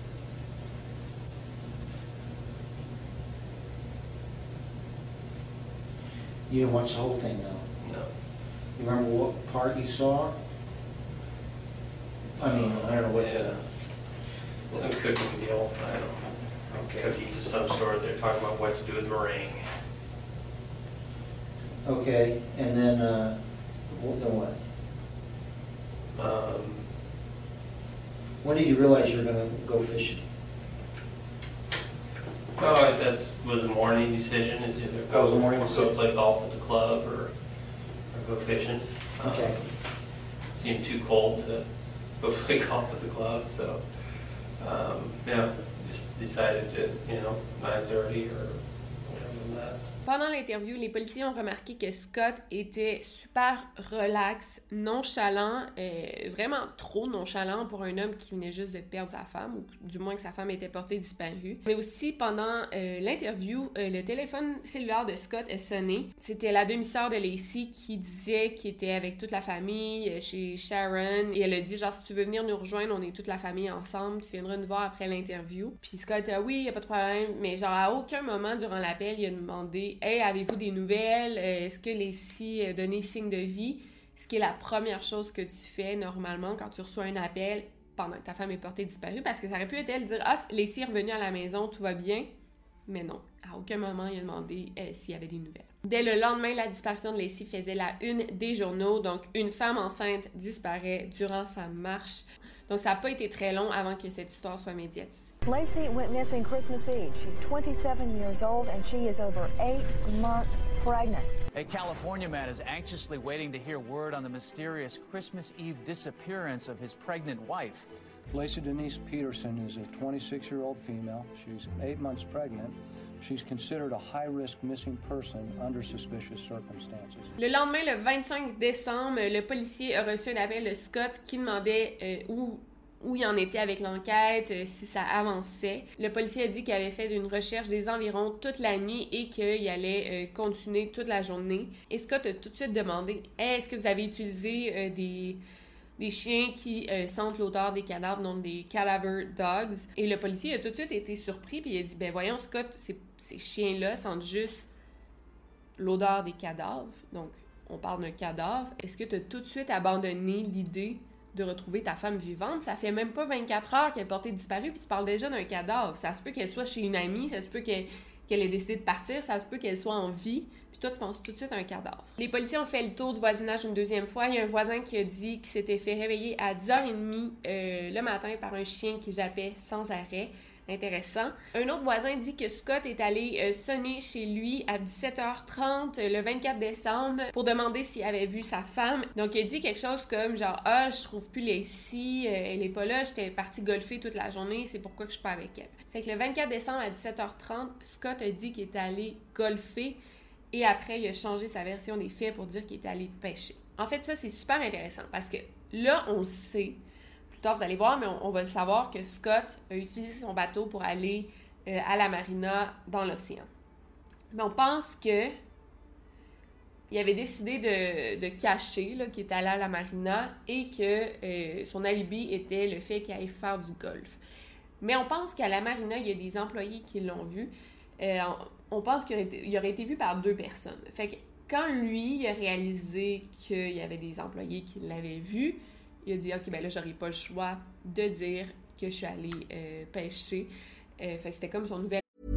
You didn't watch the whole thing, though? No. You remember what part you saw? I mean, I don't know what... Yeah. Some cooking deal, I don't know. Okay. Cookies of some sort. They're talking about what to do with meringue. Okay, and then, uh, what, then what? Um, When did you realize you were going to go fishing? oh, that was a morning decision. It's either That was go, a morning go decision. play golf at the club or, or go fishing. Okay. Um, seemed too cold to go play golf at the club, so um, yeah, just decided to, you know, nine thirty or whatever than that. Pendant l'interview, les policiers ont remarqué que Scott était super relax, nonchalant, euh, vraiment trop nonchalant pour un homme qui venait juste de perdre sa femme, ou du moins que sa femme était portée disparue. Mais aussi, pendant euh, l'interview, euh, le téléphone cellulaire de Scott a sonné. C'était la demi-sœur de Lacey qui disait qu'il était avec toute la famille euh, chez Sharon. Et elle a dit, genre, si tu veux venir nous rejoindre, on est toute la famille ensemble, tu viendras nous voir après l'interview. Puis Scott a dit, oui, il n'y a pas de problème. Mais genre, à aucun moment durant l'appel, il a demandé, hey, avez-vous des nouvelles? Est-ce que Lacey a donné signe de vie? Ce qui est la première chose que tu fais normalement quand tu reçois un appel pendant que ta femme est portée disparue, parce que ça aurait pu être elle dire « Ah, Lacey est revenue à la maison, tout va bien. » Mais non, à aucun moment il a demandé euh, s'il y avait des nouvelles. Dès le lendemain, la disparition de Lacey faisait la une des journaux, donc une femme enceinte disparaît durant sa marche. Donc ça n'a pas été très long avant que cette histoire soit médiatisée. Lacey went missing Christmas Eve. She's twenty-seven years old and she is over eight months pregnant. A California man is anxiously waiting to hear word on the mysterious Christmas Eve disappearance of his pregnant wife. Lacey Denise Peterson is a twenty-six-year-old female. She's eight months pregnant. She's considered a high-risk missing person under suspicious circumstances. Le lendemain, le vingt-cinq décembre, le policier a reçu un appel de Scott qui demandait euh, où, où il en était avec l'enquête, euh, si ça avançait. Le policier a dit qu'il avait fait une recherche des environs toute la nuit et qu'il allait euh, continuer toute la journée. Et Scott a tout de suite demandé hey, « Est-ce que vous avez utilisé euh, des... » des chiens qui euh, sentent l'odeur des cadavres, donc des cadaver dogs. Et le policier a tout de suite été surpris, puis il a dit, ben voyons Scott, ces, ces chiens-là sentent juste l'odeur des cadavres. Donc, on parle d'un cadavre. Est-ce que tu as tout de suite abandonné l'idée de retrouver ta femme vivante? Ça fait même pas vingt-quatre heures qu'elle est portée disparue, puis tu parles déjà d'un cadavre. Ça se peut qu'elle soit chez une amie, ça se peut qu'elle, qu'elle ait décidé de partir, ça se peut qu'elle soit en vie. Toi, tu penses tout de suite à un cadavre. Les policiers ont fait le tour du voisinage une deuxième fois. Il y a un voisin qui a dit qu'il s'était fait réveiller à dix heures trente euh, le matin par un chien qui jappait sans arrêt. Intéressant. Un autre voisin dit que Scott est allé euh, sonner chez lui à dix-sept heures trente euh, le vingt-quatre décembre pour demander s'il avait vu sa femme. Donc, il a dit quelque chose comme genre « Ah, je trouve plus Lacey, euh, elle est pas là, j'étais partie golfer toute la journée, c'est pourquoi que je suis pas avec elle. » Fait que le vingt-quatre décembre à dix-sept heures trente, Scott a dit qu'il était allé golfer. Et après, il a changé sa version des faits pour dire qu'il était allé pêcher. En fait, ça, c'est super intéressant parce que là, on le sait. Plus tard, vous allez voir, mais on, on va le savoir que Scott a utilisé son bateau pour aller euh, à la marina dans l'océan. Mais on pense que il avait décidé de, de cacher là, qu'il était allé à la marina et que euh, son alibi était le fait qu'il allait faire du golf. Mais on pense qu'à la marina, il y a des employés qui l'ont vu. Euh, on pense qu'il aurait, été, il aurait été vu par deux personnes. Fait que quand lui il a réalisé qu'il y avait des employés qui l'avaient vu, il a dit « Ok, ben là, j'aurais pas le choix de dire que je suis allée euh, pêcher. Euh, » Fait que c'était comme son nouvelle...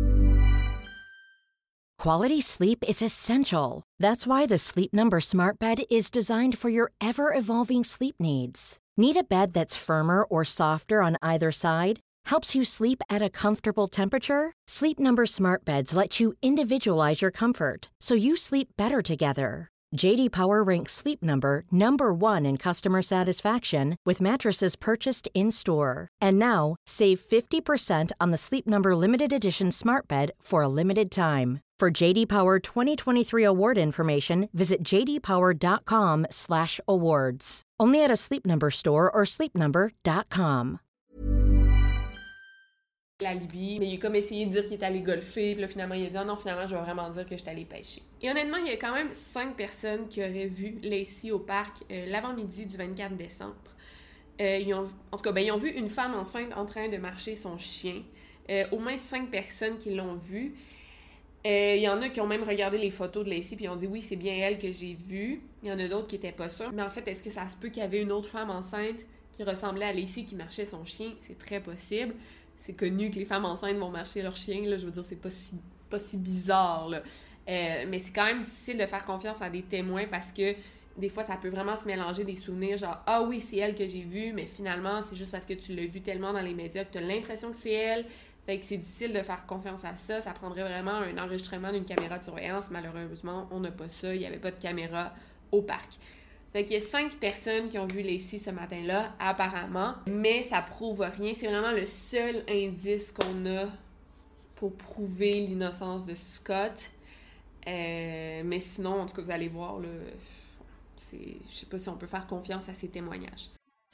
Quality sleep is essential. That's why the Sleep Number Smart Bed is designed for your ever-evolving sleep needs. Need a bed that's firmer or softer on either side? Helps you sleep at a comfortable temperature? Sleep Number Smart Beds let you individualize your comfort, so you sleep better together. J D Power ranks Sleep Number number one in customer satisfaction with mattresses purchased in-store. And now, save fifty percent on the Sleep Number Limited Edition Smart Bed for a limited time. For J D Power twenty twenty-three award information, visit j d power dot com slash awards. Only at a Sleep Number store or sleep number dot com. l'alibi, mais il a comme essayé de dire qu'il est allé golfer, puis là, finalement, il a dit « Ah non, finalement, je vais vraiment dire que je suis allé pêcher. » Et honnêtement, il y a quand même cinq personnes qui auraient vu Lacey au parc euh, l'avant-midi du vingt-quatre décembre. Euh, ils ont, en tout cas, ben, ils ont vu une femme enceinte en train de marcher son chien. Euh, au moins cinq personnes qui l'ont vue. Euh, il y en a qui ont même regardé les photos de Lacey puis ont dit « Oui, c'est bien elle que j'ai vue. » Il y en a d'autres qui n'étaient pas sûrs. Mais en fait, est-ce que ça se peut qu'il y avait une autre femme enceinte qui ressemblait à Lacey qui marchait son chien? C'est très possible. C'est connu que les femmes enceintes vont marcher leur chien, là, je veux dire, c'est pas si, pas si bizarre, là. Euh, mais c'est quand même difficile de faire confiance à des témoins parce que des fois, ça peut vraiment se mélanger des souvenirs, genre « Ah oui, c'est elle que j'ai vue, mais finalement, c'est juste parce que tu l'as vue tellement dans les médias que tu as l'impression que c'est elle. » Fait que c'est difficile de faire confiance à ça. Ça prendrait vraiment un enregistrement d'une caméra de surveillance. Malheureusement, on n'a pas ça. Il n'y avait pas de caméra au parc. Fait qu'il y a cinq personnes qui ont vu Lacey ce matin-là, apparemment, mais ça prouve rien. C'est vraiment le seul indice qu'on a pour prouver l'innocence de Scott. Euh, mais sinon, en tout cas, vous allez voir, là, c'est, je sais pas si on peut faire confiance à ces témoignages.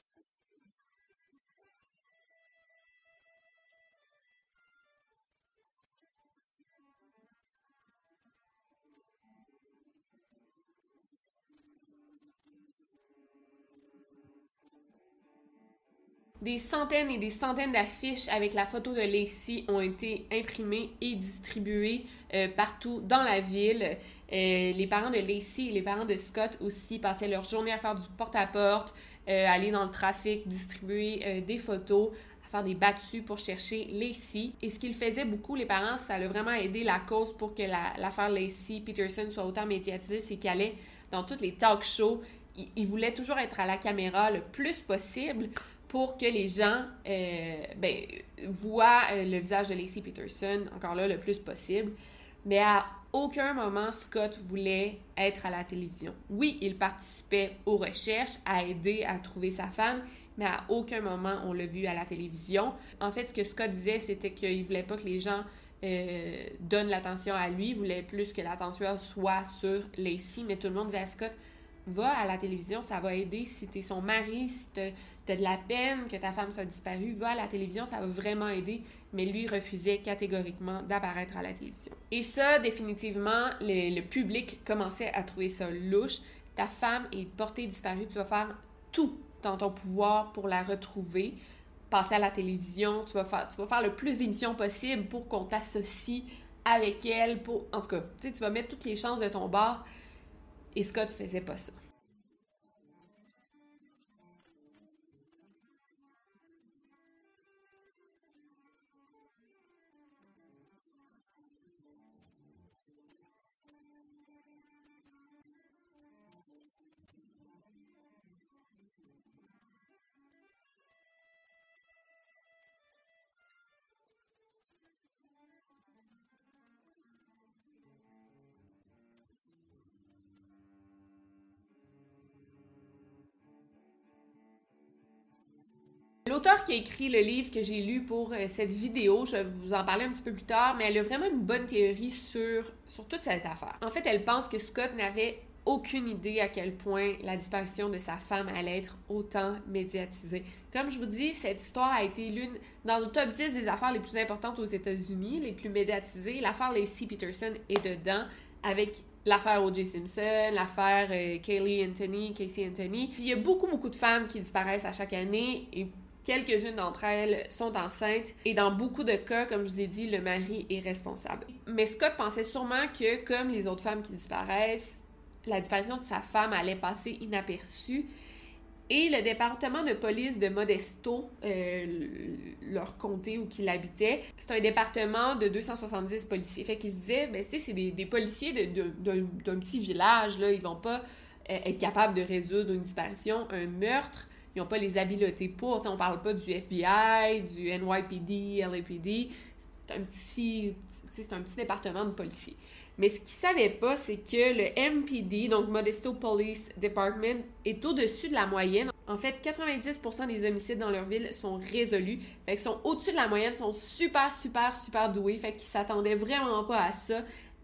Des centaines et des centaines d'affiches avec la photo de Lacey ont été imprimées et distribuées euh, partout dans la ville. Euh, les parents de Lacey et les parents de Scott aussi passaient leur journée à faire du porte-à-porte, euh, aller dans le trafic, distribuer euh, des photos, à faire des battues pour chercher Lacey. Et ce qu'ils faisaient beaucoup, les parents, ça a vraiment aidé la cause pour que la, l'affaire Lacey Peterson soit autant médiatisée, c'est qu'ils allaient dans tous les talk shows. Ils, ils voulaient toujours être à la caméra le plus possible pour que les gens euh, ben, voient euh, le visage de Lacey Peterson, encore là, le plus possible. Mais à aucun moment, Scott voulait être à la télévision. Oui, il participait aux recherches, à aider à trouver sa femme, mais à aucun moment, on l'a vu à la télévision. En fait, ce que Scott disait, c'était qu'il voulait pas que les gens euh, donnent l'attention à lui, il voulait plus que l'attention soit sur Lacey, mais tout le monde disait à Scott, va à la télévision, ça va aider. Si t'es son mari, si t'as, t'as de la peine que ta femme soit disparue, va à la télévision, ça va vraiment aider. Mais lui refusait catégoriquement d'apparaître à la télévision. Et ça, définitivement, le, le public commençait à trouver ça louche. Ta femme est portée disparue, tu vas faire tout dans ton pouvoir pour la retrouver. Passer à la télévision, tu vas faire, tu vas faire le plus d'émissions possible pour qu'on t'associe avec elle. Pour, en tout cas, tu sais, tu vas mettre toutes les chances de ton bord. Et Scott faisait pas ça. L'auteur qui a écrit le livre que j'ai lu pour euh, cette vidéo, je vais vous en parler un petit peu plus tard, mais elle a vraiment une bonne théorie sur, sur toute cette affaire. En fait, elle pense que Scott n'avait aucune idée à quel point la disparition de sa femme allait être autant médiatisée. Comme je vous dis, cette histoire a été l'une dans le top dix des affaires les plus importantes aux États-Unis, les plus médiatisées. L'affaire Lacey Peterson est dedans, avec l'affaire O J Simpson, l'affaire euh, Kaylee Anthony, Casey Anthony. Puis il y a beaucoup, beaucoup de femmes qui disparaissent à chaque année et quelques-unes d'entre elles sont enceintes et dans beaucoup de cas, comme je vous ai dit, le mari est responsable. Mais Scott pensait sûrement que, comme les autres femmes qui disparaissent, la disparition de sa femme allait passer inaperçue. Et le département de police de Modesto, euh, leur comté où il habitait, c'est un département de deux cent soixante-dix policiers. Fait qu'ils se disaient, ben, c'est des, des policiers de, de, d'un, d'un petit village, là, ils vont pas euh, être capables de résoudre une disparition, un meurtre. Ils n'ont pas les habiletés pour. T'sais, on parle pas du F B I, du N Y P D, L A P D. C'est un petit, c'est un petit département de policiers. Mais ce qu'ils ne savaient pas, c'est que le M P D, donc Modesto Police Department, est au-dessus de la moyenne. En fait, quatre-vingt-dix pour cent des homicides dans leur ville sont résolus. Fait qu'ils sont au-dessus de la moyenne, sont super, super, super doués. Fait qu'ils s'attendaient vraiment pas à ça.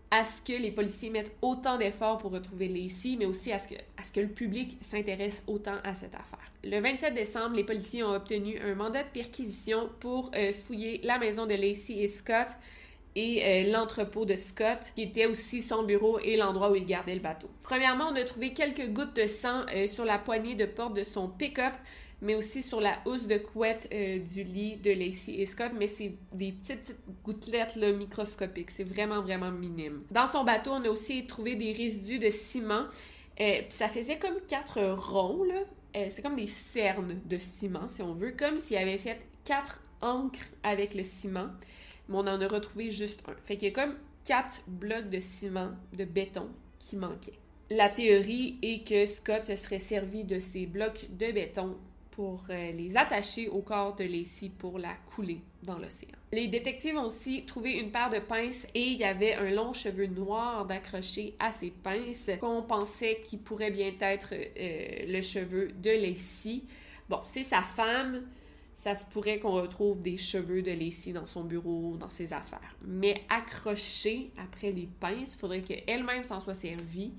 à ce que les policiers mettent autant d'efforts pour retrouver Lacey, mais aussi à ce que, à ce que le public s'intéresse autant à cette affaire. Le vingt-sept décembre, les policiers ont obtenu un mandat de perquisition pour euh, fouiller la maison de Lacey et Scott et euh, l'entrepôt de Scott, qui était aussi son bureau et l'endroit où il gardait le bateau. Premièrement, on a trouvé quelques gouttes de sang euh, sur la poignée de porte de son pick-up, mais aussi sur la housse de couette euh, du lit de Lacey et Scott, mais c'est des petites, petites gouttelettes là, microscopiques, c'est vraiment, vraiment minime. Dans son bateau, on a aussi trouvé des résidus de ciment, euh, puis ça faisait comme quatre ronds, là. Euh, c'est comme des cernes de ciment, si on veut, comme s'il avait fait quatre encres avec le ciment, mais on en a retrouvé juste un. Fait qu'il y a comme quatre blocs de ciment, de béton, qui manquaient. La théorie est que Scott se serait servi de ces blocs de béton pour euh, les attacher au corps de Lacey pour la couler dans l'océan. Les détectives ont aussi trouvé une paire de pinces et il y avait un long cheveu noir d'accroché à ces pinces qu'on pensait qu'il pourrait bien être euh, le cheveu de Lacey. Bon, c'est sa femme, ça se pourrait qu'on retrouve des cheveux de Lacey dans son bureau, dans ses affaires. Mais accroché après les pinces, il faudrait qu'elle-même s'en soit servie.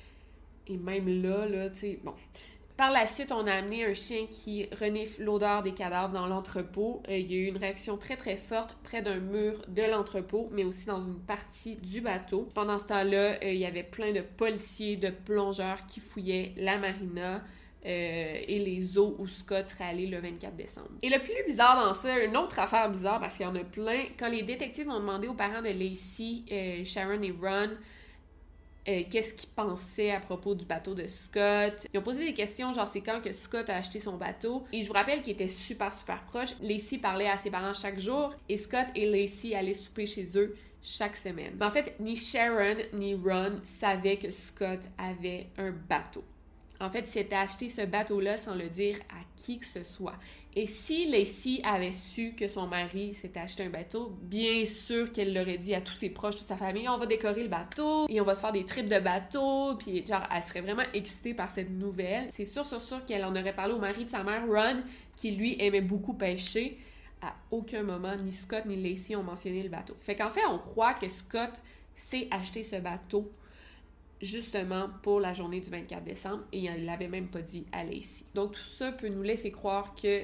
Et même là, là, tu sais, bon... Par la suite, on a amené un chien qui renifle l'odeur des cadavres dans l'entrepôt. Euh, il y a eu une réaction très très forte près d'un mur de l'entrepôt, mais aussi dans une partie du bateau. Pendant ce temps-là, euh, il y avait plein de policiers, de plongeurs qui fouillaient la marina euh, et les eaux où Scott serait allé le vingt-quatre décembre. Et le plus bizarre dans ça, une autre affaire bizarre, parce qu'il y en a plein, quand les détectives ont demandé aux parents de Lacey, euh, Sharon et Ron, Euh, qu'est-ce qu'ils pensaient à propos du bateau de Scott. Ils ont posé des questions, genre c'est quand que Scott a acheté son bateau. Et je vous rappelle qu'ils étaient super, super proches. Lacey parlait à ses parents chaque jour et Scott et Lacey allaient souper chez eux chaque semaine. Mais en fait, ni Sharon ni Ron savaient que Scott avait un bateau. En fait, il s'était acheté ce bateau-là sans le dire à qui que ce soit. Et si Lacey avait su que son mari s'était acheté un bateau, bien sûr qu'elle l'aurait dit à tous ses proches, toute sa famille, on va décorer le bateau et on va se faire des trips de bateau, puis genre, elle serait vraiment excitée par cette nouvelle. C'est sûr, sûr, sûr qu'elle en aurait parlé au mari de sa mère, Ron, qui lui aimait beaucoup pêcher. À aucun moment, ni Scott ni Lacey ont mentionné le bateau. Fait qu'en fait, on croit que Scott s'est acheté ce bateau justement pour la journée du vingt-quatre décembre et il ne l'avait même pas dit à Lacey. Donc tout ça peut nous laisser croire que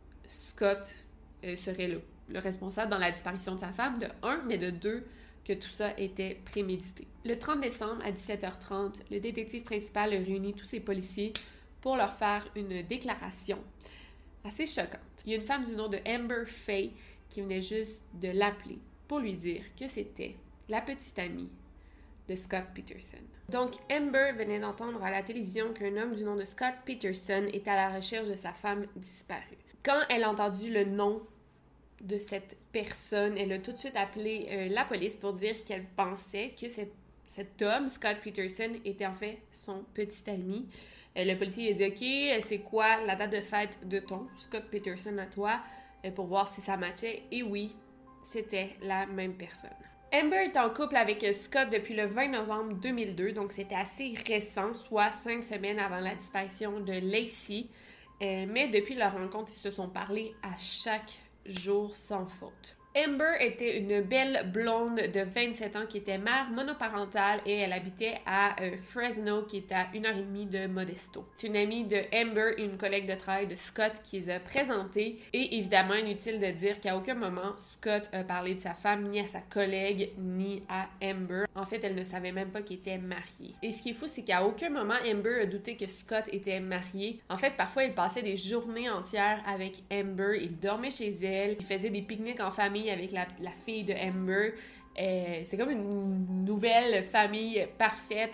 Scott euh, serait le, le responsable dans la disparition de sa femme, de un, mais de deux, que tout ça était prémédité. Le trente décembre à dix-sept heures trente, le détective principal réunit tous ses policiers pour leur faire une déclaration assez choquante. Il y a une femme du nom de Amber Fay qui venait juste de l'appeler pour lui dire que c'était la petite amie de Scott Peterson. Donc, Amber venait d'entendre à la télévision qu'un homme du nom de Scott Peterson était à la recherche de sa femme disparue. Quand elle a entendu le nom de cette personne, elle a tout de suite appelé euh, la police pour dire qu'elle pensait que cette, cet homme, Scott Peterson, était en fait son petit ami. Euh, le policier a dit « Ok, c'est quoi la date de fête de ton Scott Peterson à toi? Euh, » pour voir si ça matchait. Et oui, c'était la même personne. Amber est en couple avec Scott depuis le vingt novembre deux mille deux, donc c'était assez récent, soit cinq semaines avant la disparition de Lacey. Euh, mais depuis leur rencontre, ils se sont parlé à chaque jour sans faute. Amber était une belle blonde de vingt-sept ans qui était mère monoparentale et elle habitait à euh, Fresno, qui est à une heure et demie de Modesto. C'est une amie de Amber et une collègue de travail de Scott qui les a présentées. Et évidemment, inutile de dire qu'à aucun moment, Scott a parlé de sa femme, ni à sa collègue, ni à Amber. En fait, elle ne savait même pas qu'il était marié. Et ce qui est fou, c'est qu'à aucun moment, Amber a douté que Scott était marié. En fait, parfois, il passait des journées entières avec Amber. Il dormait chez elle. Il faisait des pique-niques en famille avec la, la fille de Amber. Euh, c'était comme une nouvelle famille parfaite.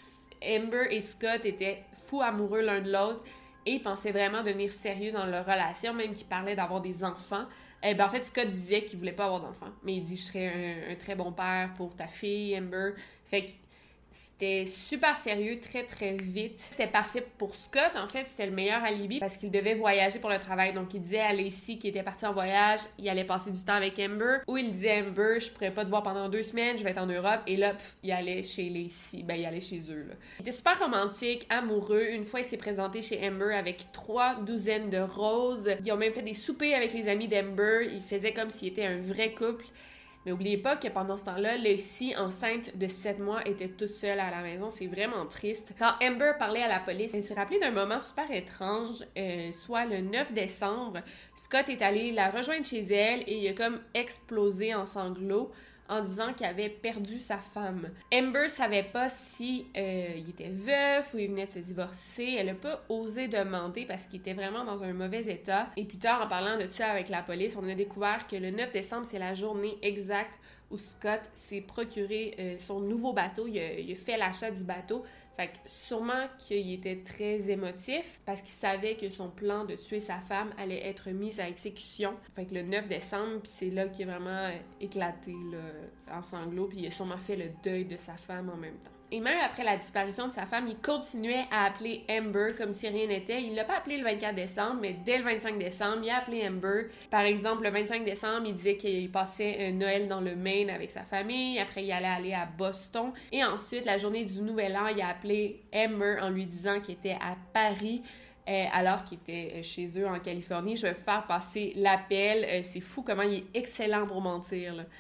Amber et Scott étaient fous amoureux l'un de l'autre et ils pensaient vraiment devenir sérieux dans leur relation, même qu'ils parlaient d'avoir des enfants. Euh, ben en fait, Scott disait qu'il voulait pas avoir d'enfants, mais il dit « Je serais un, un très bon père pour ta fille, Amber. » Fait que c'était super sérieux, très très vite. C'était parfait pour Scott, en fait, c'était le meilleur alibi parce qu'il devait voyager pour le travail. Donc il disait à Lacey qu'il était parti en voyage, il allait passer du temps avec Amber, ou il disait à Amber, je pourrais pas te voir pendant deux semaines, je vais être en Europe, et là, pff, il allait chez Lacey, ben il allait chez eux, là. Il était super romantique, amoureux. Une fois, il s'est présenté chez Amber avec trois douzaines de roses. Ils ont même fait des soupers avec les amis d'Amber, il faisait comme s'il était un vrai couple. Mais n'oubliez pas que pendant ce temps-là, Lacey, enceinte de sept mois, était toute seule à la maison. C'est vraiment triste. Quand Amber parlait à la police, elle s'est rappelée d'un moment super étrange, euh, soit le neuf décembre. Scott est allé la rejoindre chez elle et il a comme explosé en sanglots en disant qu'il avait perdu sa femme. Amber savait pas si euh, il était veuf ou il venait de se divorcer. Elle a pas osé demander parce qu'il était vraiment dans un mauvais état. Et plus tard, en parlant de ça avec la police, on a découvert que le neuf décembre, c'est la journée exacte où Scott s'est procuré euh, son nouveau bateau. Il a, il a fait l'achat du bateau. Fait que sûrement qu'il était très émotif parce qu'il savait que son plan de tuer sa femme allait être mis à exécution. Fait que le neuf décembre, puis c'est là qu'il a vraiment éclaté là, en sanglots, puis il a sûrement fait le deuil de sa femme en même temps. Et même après la disparition de sa femme, il continuait à appeler Amber comme si rien n'était. Il l'a pas appelé le vingt-quatre décembre, mais dès le vingt-cinq décembre, il a appelé Amber. Par exemple, le vingt-cinq décembre, il disait qu'il passait un Noël dans le Maine avec sa famille. Après, il allait aller à Boston. Et ensuite, la journée du Nouvel An, il a appelé Amber en lui disant qu'il était à Paris. Euh, alors qu'il était chez eux en Californie. Je vais faire passer l'appel. Euh, c'est fou comment il est excellent pour mentir, là.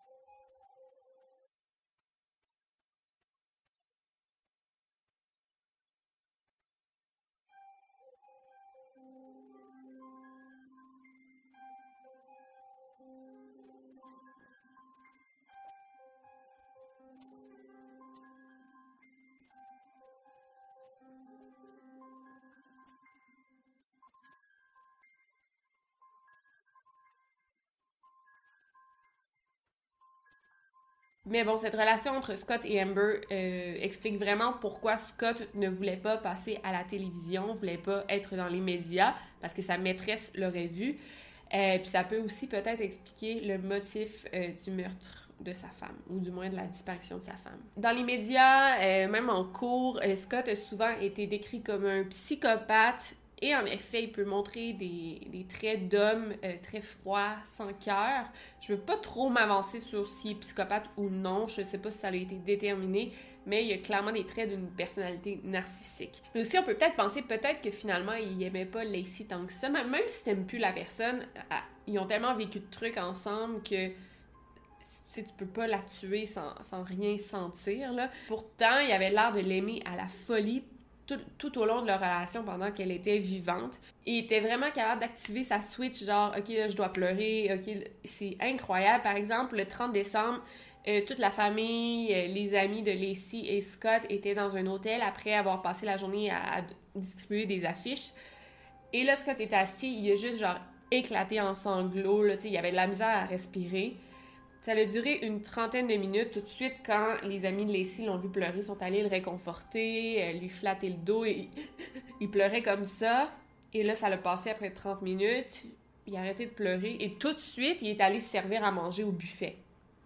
Mais bon, cette relation entre Scott et Amber euh, explique vraiment pourquoi Scott ne voulait pas passer à la télévision, voulait pas être dans les médias, parce que sa maîtresse l'aurait vu. Euh, Puis ça peut aussi peut-être expliquer le motif euh, du meurtre de sa femme, ou du moins de la disparition de sa femme. Dans les médias, euh, même en cours, euh, Scott a souvent été décrit comme un psychopathe. Et en effet, il peut montrer des, des traits d'homme euh, très froid, sans cœur. Je veux pas trop m'avancer sur s'il est psychopathe ou non. Je sais pas si ça a été déterminé, mais il y a clairement des traits d'une personnalité narcissique. Mais aussi, on peut peut-être penser peut-être que finalement, il aimait pas Lacey tant que ça. Même si t'aimes plus la personne, ils ont tellement vécu de trucs ensemble que tu peux pas la tuer sans, sans rien sentir, là. Pourtant, il avait l'air de l'aimer à la folie Tout, tout au long de leur relation pendant qu'elle était vivante. Et il était vraiment capable d'activer sa switch, genre, OK, là, je dois pleurer, OK, c'est incroyable. Par exemple, le trente décembre, euh, toute la famille, euh, les amis de Lacey et Scott étaient dans un hôtel après avoir passé la journée à, à distribuer des affiches. Et là, Scott était assis, il a juste, genre, éclaté en sanglots, là, tu sais, il avait de la misère à respirer. Ça a duré une trentaine de minutes. Tout de suite, quand les amis de Lacey l'ont vu pleurer, ils sont allés le réconforter, euh, lui flatter le dos. Et il pleurait comme ça. Et là, ça l'a passé après trente minutes. Il a arrêté de pleurer. Et tout de suite, il est allé se servir à manger au buffet.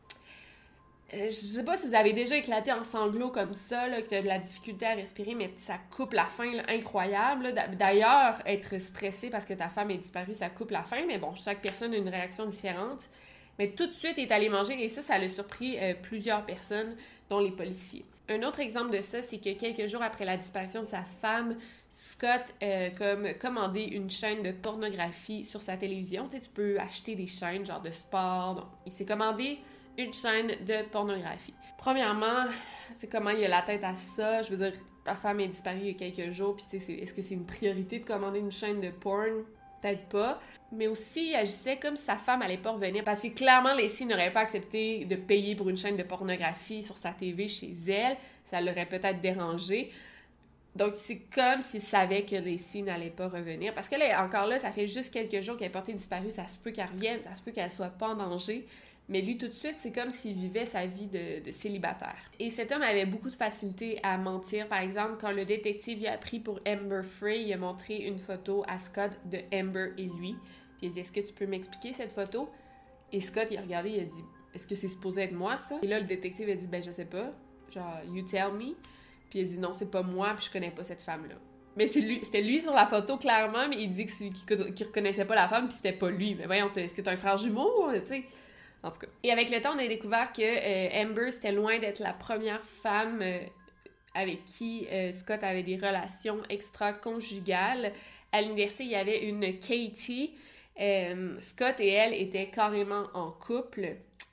Euh, je sais pas si vous avez déjà éclaté en sanglots comme ça, là, que tu as de la difficulté à respirer, mais ça coupe la faim, là, incroyable. Là. D'ailleurs, être stressé parce que ta femme est disparue, ça coupe la faim. Mais bon, chaque personne a une réaction différente. Mais tout de suite, il est allé manger et ça, ça l'a surpris euh, plusieurs personnes, dont les policiers. Un autre exemple de ça, c'est que quelques jours après la disparition de sa femme, Scott a euh, comme commandé une chaîne de pornographie sur sa télévision. Tu sais, tu peux acheter des chaînes genre de sport. Donc, il s'est commandé une chaîne de pornographie. Premièrement, tu sais, comment il a la tête à ça? Je veux dire, ta femme est disparue il y a quelques jours, puis tu sais, est-ce que c'est une priorité de commander une chaîne de porn? Peut-être pas, mais aussi il agissait comme si sa femme allait pas revenir parce que clairement Lacey n'aurait pas accepté de payer pour une chaîne de pornographie sur sa T V chez elle, ça l'aurait peut-être dérangé. Donc c'est comme s'il savait que Lacey n'allait pas revenir parce que là, encore là, ça fait juste quelques jours qu'elle est portée disparue, ça se peut qu'elle revienne, ça se peut qu'elle soit pas en danger. Mais lui, tout de suite, c'est comme s'il vivait sa vie de, de célibataire. Et cet homme avait beaucoup de facilité à mentir. Par exemple, quand le détective a pris pour Amber Frey, il a montré une photo à Scott de Amber et lui. Puis il a dit « Est-ce que tu peux m'expliquer cette photo? » Et Scott, il a regardé, il a dit « Est-ce que c'est supposé être moi, ça? » Et là, le détective a dit « Ben, je sais pas. Genre, you tell me. » Puis il a dit « Non, c'est pas moi, puis je connais pas cette femme-là. » Mais c'est lui, c'était lui sur la photo, clairement, mais il dit que c'est, qu'il, qu'il reconnaissait pas la femme, puis c'était pas lui. Mais voyons, est-ce que t'as un frère jumeau, tu sais? En tout cas. Et avec le temps, on a découvert que euh, Amber, c'était loin d'être la première femme euh, avec qui euh, Scott avait des relations extra-conjugales. À l'université, il y avait une Katie. Euh, Scott et elle étaient carrément en couple.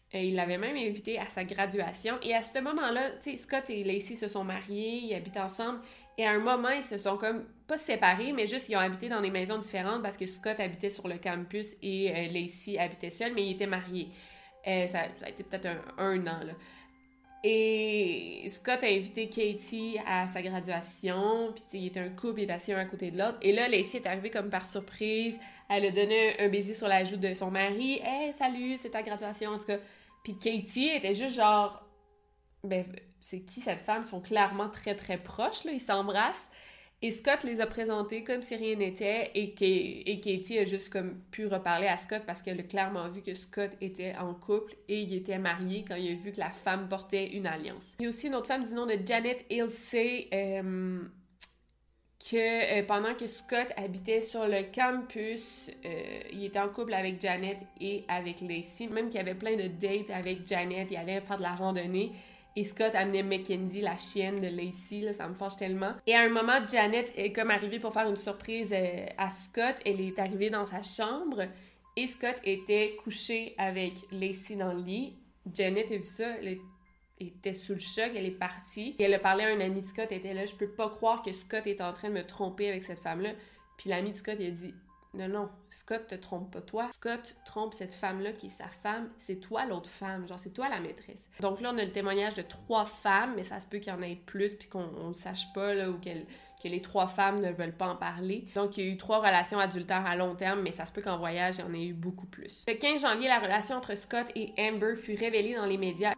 Euh, il l'avait même invité à sa graduation. Et à ce moment-là, tu sais, Scott et Lacey se sont mariés, ils habitent ensemble. Et à un moment, ils se sont comme, pas séparés, mais juste, ils ont habité dans des maisons différentes parce que Scott habitait sur le campus et euh, Lacey habitait seule, mais ils étaient mariés. Euh, ça, ça a été peut-être un, un an, là. Et Scott a invité Katie à sa graduation, puis il était un couple, il était assis un à côté de l'autre. Et là, Lacey est arrivée comme par surprise. Elle a donné un baiser sur la joue de son mari. « Hey, salut, c'est ta graduation, en tout cas. » Puis Katie était juste genre... Ben, c'est qui cette femme? Ils sont clairement très, très proches, là. Ils s'embrassent. Et Scott les a présentés comme si rien n'était. Et, et Katie a juste comme pu reparler à Scott parce qu'elle a clairement vu que Scott était en couple et il était marié quand il a vu que la femme portait une alliance. Il y a aussi une autre femme du nom de Janet Ilsey... Euh, que euh, pendant que Scott habitait sur le campus, euh, il était en couple avec Janet et avec Lacey. Même qu'il y avait plein de dates avec Janet, il allait faire de la randonnée. Et Scott amenait Mackenzie, la chienne de Lacey, là, ça me fâche tellement. Et à un moment, Janet est comme arrivée pour faire une surprise euh, à Scott. Elle est arrivée dans sa chambre et Scott était couché avec Lacey dans le lit. Janet a vu ça, elle est Elle était sous le choc, elle est partie. Et elle a parlé à un ami de Scott, elle était là, je peux pas croire que Scott est en train de me tromper avec cette femme-là. Puis l'ami de Scott, il a dit, non, non, Scott te trompe pas toi. Scott trompe cette femme-là qui est sa femme, c'est toi l'autre femme, genre c'est toi la maîtresse. Donc là, on a le témoignage de trois femmes, mais ça se peut qu'il y en ait plus puis qu'on ne le sache pas, là, ou qu'elle... que les trois femmes ne veulent pas en parler. Donc, il y a eu trois relations adultères à long terme, mais ça se peut qu'en voyage, il y en ait eu beaucoup plus. Le quinze janvier, la relation entre Scott et Amber fut révélée dans les médias.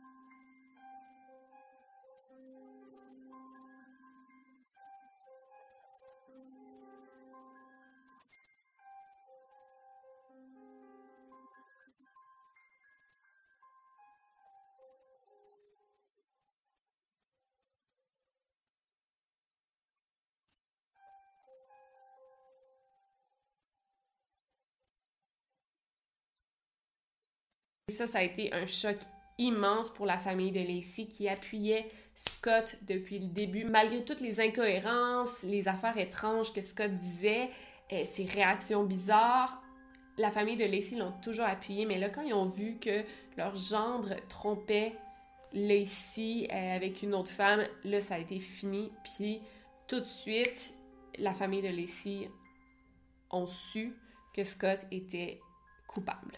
Et ça, ça a été un choc immense pour la famille de Lacey qui appuyait Scott depuis le début. Malgré toutes les incohérences, les affaires étranges que Scott disait, euh, ses réactions bizarres, la famille de Lacey l'ont toujours appuyé. Mais là, quand ils ont vu que leur gendre trompait Lacey euh, avec une autre femme, là, ça a été fini. Puis tout de suite, la famille de Lacey ont su que Scott était coupable.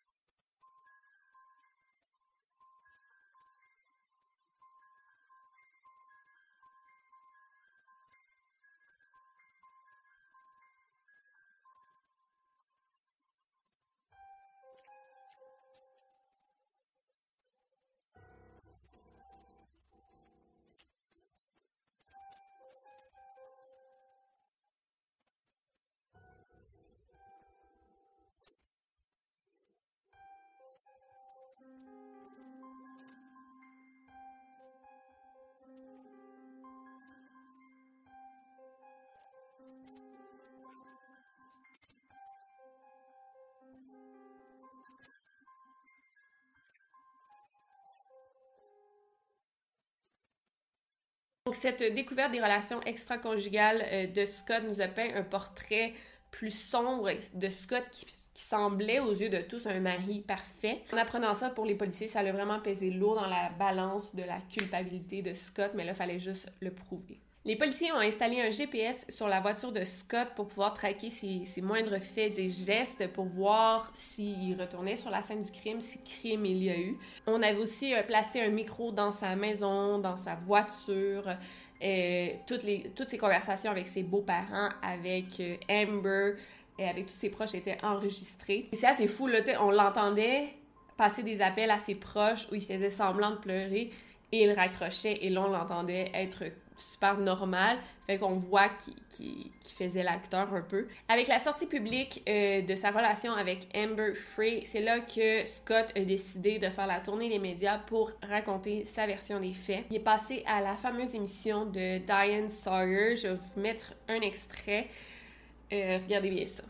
Donc, cette découverte des relations extra-conjugales euh, de Scott nous a peint un portrait plus sombre de Scott qui, qui semblait aux yeux de tous un mari parfait. En apprenant ça pour les policiers, ça a vraiment pesé lourd dans la balance de la culpabilité de Scott, mais là, il fallait juste le prouver. Les policiers ont installé un G P S sur la voiture de Scott pour pouvoir traquer ses, ses moindres faits et gestes pour voir s'il retournait sur la scène du crime, si crime il y a eu. On avait aussi euh, placé un micro dans sa maison, dans sa voiture, euh, toutes, les, toutes ses conversations avec ses beaux-parents, avec euh, Amber, et avec tous ses proches étaient enregistrées. Et c'est assez fou, là, tu sais, on l'entendait passer des appels à ses proches où il faisait semblant de pleurer et il raccrochait et là on l'entendait être super normal, fait qu'on voit qu'il, qu'il, qu'il faisait l'acteur un peu. Avec la sortie publique euh, de sa relation avec Amber Frey, c'est là que Scott a décidé de faire la tournée des médias pour raconter sa version des faits. Il est passé à la fameuse émission de Diane Sawyer. Je vais vous mettre un extrait. Euh, regardez bien ça.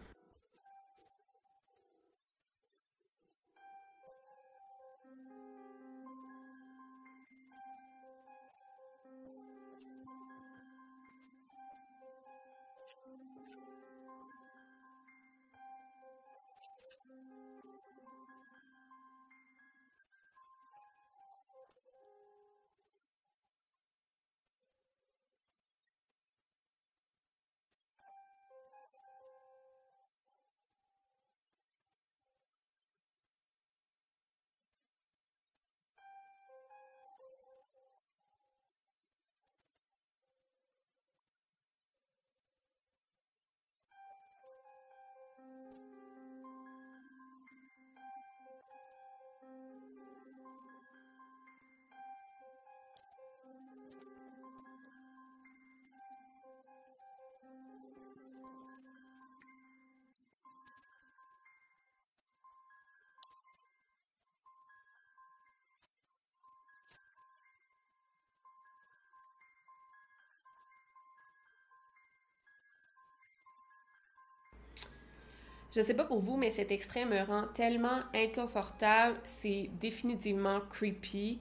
Je sais pas pour vous, mais cet extrait me rend tellement inconfortable. C'est définitivement creepy.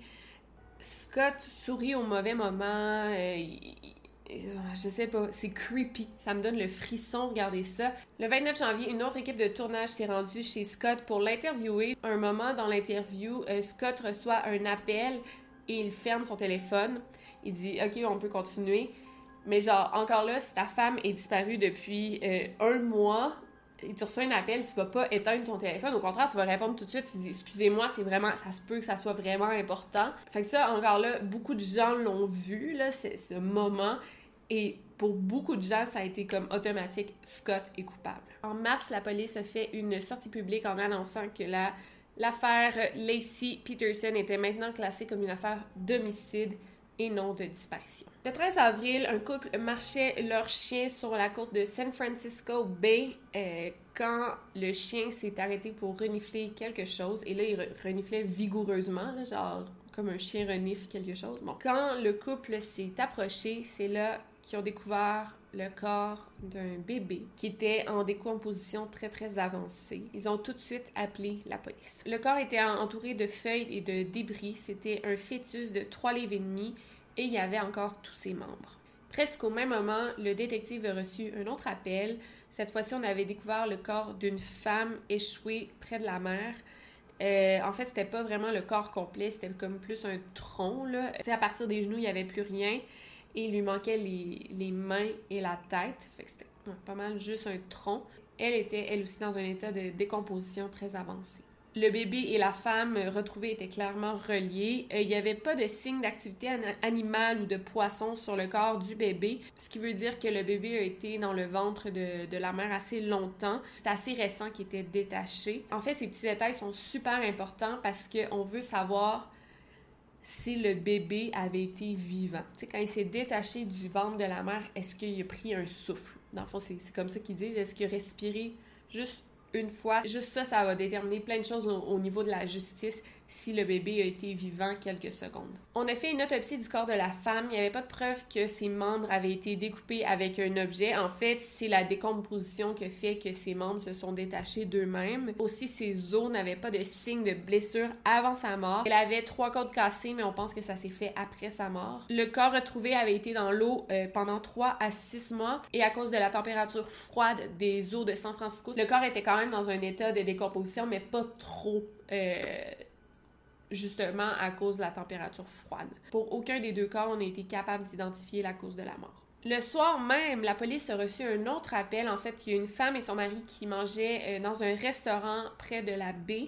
Scott sourit au mauvais moment. Euh, il, je sais pas, c'est creepy. Ça me donne le frisson, regardez ça. Le vingt-neuf janvier, une autre équipe de tournage s'est rendue chez Scott pour l'interviewer. Un moment dans l'interview, euh, Scott reçoit un appel et il ferme son téléphone. Il dit « Ok, on peut continuer. » Mais genre, encore là, si ta femme est disparue depuis euh, un mois... et tu reçois un appel, tu vas pas éteindre ton téléphone. Au contraire, tu vas répondre tout de suite. Tu dis, excusez-moi, c'est vraiment, ça se peut que ça soit vraiment important. Fait que ça, encore là, beaucoup de gens l'ont vu, là, c'est ce moment. Et pour beaucoup de gens, ça a été comme automatique, Scott est coupable. En mars, la police a fait une sortie publique en annonçant que la, l'affaire Laci Peterson était maintenant classée comme une affaire d'homicide et non de disparition. Le treize avril, un couple marchait leur chien sur la côte de San Francisco Bay euh, quand le chien s'est arrêté pour renifler quelque chose. Et là, il re- reniflait vigoureusement, là, genre comme un chien renifle quelque chose. Bon, quand le couple s'est approché, c'est là qu'ils ont découvert le corps d'un bébé qui était en décomposition très très avancée. Ils ont tout de suite appelé la police. Le corps était entouré de feuilles et de débris. C'était un fœtus de trois livres et demi et il y avait encore tous ses membres. Presque au même moment, le détective a reçu un autre appel. Cette fois-ci, on avait découvert le corps d'une femme échouée près de la mer. Euh, en fait, c'était pas vraiment le corps complet, c'était comme plus un tronc, là. Tu sais, à partir des genoux, il n'y avait plus rien. Et il lui manquait les, les mains et la tête. Fait que c'était ouais, pas mal juste un tronc. Elle était, elle aussi, dans un état de décomposition très avancé. Le bébé et la femme retrouvés étaient clairement reliés. Euh, il n'y avait pas de signe d'activité an- animale ou de poisson sur le corps du bébé, ce qui veut dire que le bébé a été dans le ventre de, de la mère assez longtemps. C'est assez récent qu'il était détaché. En fait, ces petits détails sont super importants parce qu'on veut savoir si le bébé avait été vivant. Tu sais, quand il s'est détaché du ventre de la mère, est-ce qu'il a pris un souffle? Dans le fond, c'est, c'est comme ça qu'ils disent. Est-ce qu'il a respiré juste une fois? Juste ça, ça va déterminer plein de choses au, au niveau de la justice si le bébé a été vivant quelques secondes. On a fait une autopsie du corps de la femme. Il n'y avait pas de preuve que ses membres avaient été découpés avec un objet. En fait, c'est la décomposition qui fait que ses membres se sont détachés d'eux-mêmes. Aussi, ses os n'avaient pas de signe de blessure avant sa mort. Elle avait trois côtes cassées, mais on pense que ça s'est fait après sa mort. Le corps retrouvé avait été dans l'eau euh, pendant trois à six mois et à cause de la température froide des eaux de San Francisco, le corps était quand même dans un état de décomposition, mais pas trop... Euh, justement à cause de la température froide. Pour aucun des deux corps, on a été capable d'identifier la cause de la mort. Le soir même, la police a reçu un autre appel. En fait, il y a une femme et son mari qui mangeaient dans un restaurant près de la baie.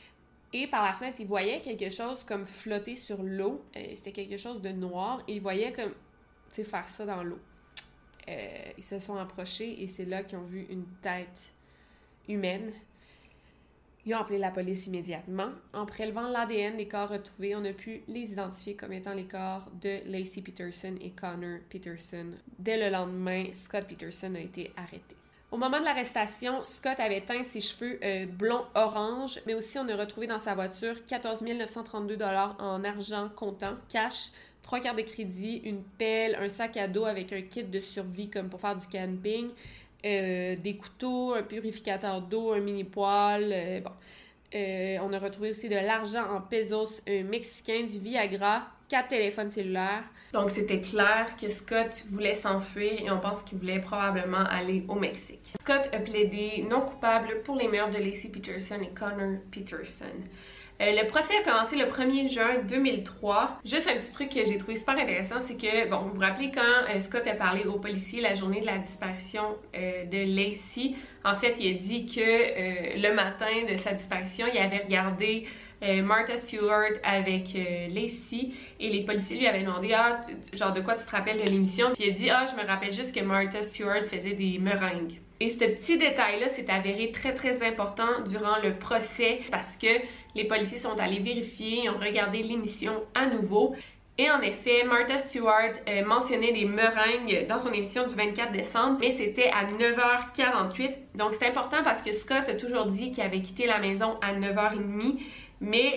Et par la fenêtre, ils voyaient quelque chose comme flotter sur l'eau. C'était quelque chose de noir. Et ils voyaient comme, tu sais, faire ça dans l'eau. Euh, ils se sont approchés et c'est là qu'ils ont vu une tête humaine. Ils ont appelé la police immédiatement. En prélevant l'A D N des corps retrouvés, on a pu les identifier comme étant les corps de Laci Peterson et Connor Peterson. Dès le lendemain, Scott Peterson a été arrêté. Au moment de l'arrestation, Scott avait teint ses cheveux euh, blond-orange, mais aussi on a retrouvé dans sa voiture quatorze mille neuf cent trente-deux dollars en argent comptant, cash, trois cartes de crédit, une pelle, un sac à dos avec un kit de survie comme pour faire du camping, Euh, des couteaux, un purificateur d'eau, un mini-poêle. Euh, bon. Euh, on a retrouvé aussi de l'argent en pesos euh, mexicains, du Viagra, quatre téléphones cellulaires. Donc, c'était clair que Scott voulait s'enfuir et on pense qu'il voulait probablement aller au Mexique. Scott a plaidé non coupable pour les meurtres de Laci Peterson et Connor Peterson. Euh, le procès a commencé le premier juin deux mille trois. Juste un petit truc que j'ai trouvé super intéressant, c'est que, bon, vous vous rappelez quand euh, Scott a parlé aux policiers la journée de la disparition euh, de Laci, en fait, il a dit que euh, le matin de sa disparition, il avait regardé euh, Martha Stewart avec euh, Laci et les policiers lui avaient demandé « Ah, genre de quoi tu te rappelles de l'émission? » Puis il a dit « Ah, je me rappelle juste que Martha Stewart faisait des meringues. » Et ce petit détail-là s'est avéré très très important durant le procès parce que les policiers sont allés vérifier, ils ont regardé l'émission à nouveau. Et en effet, Martha Stewart euh, mentionnait des meringues dans son émission du vingt-quatre décembre, mais c'était à neuf heures quarante-huit. Donc c'est important parce que Scott a toujours dit qu'il avait quitté la maison à neuf heures trente, mais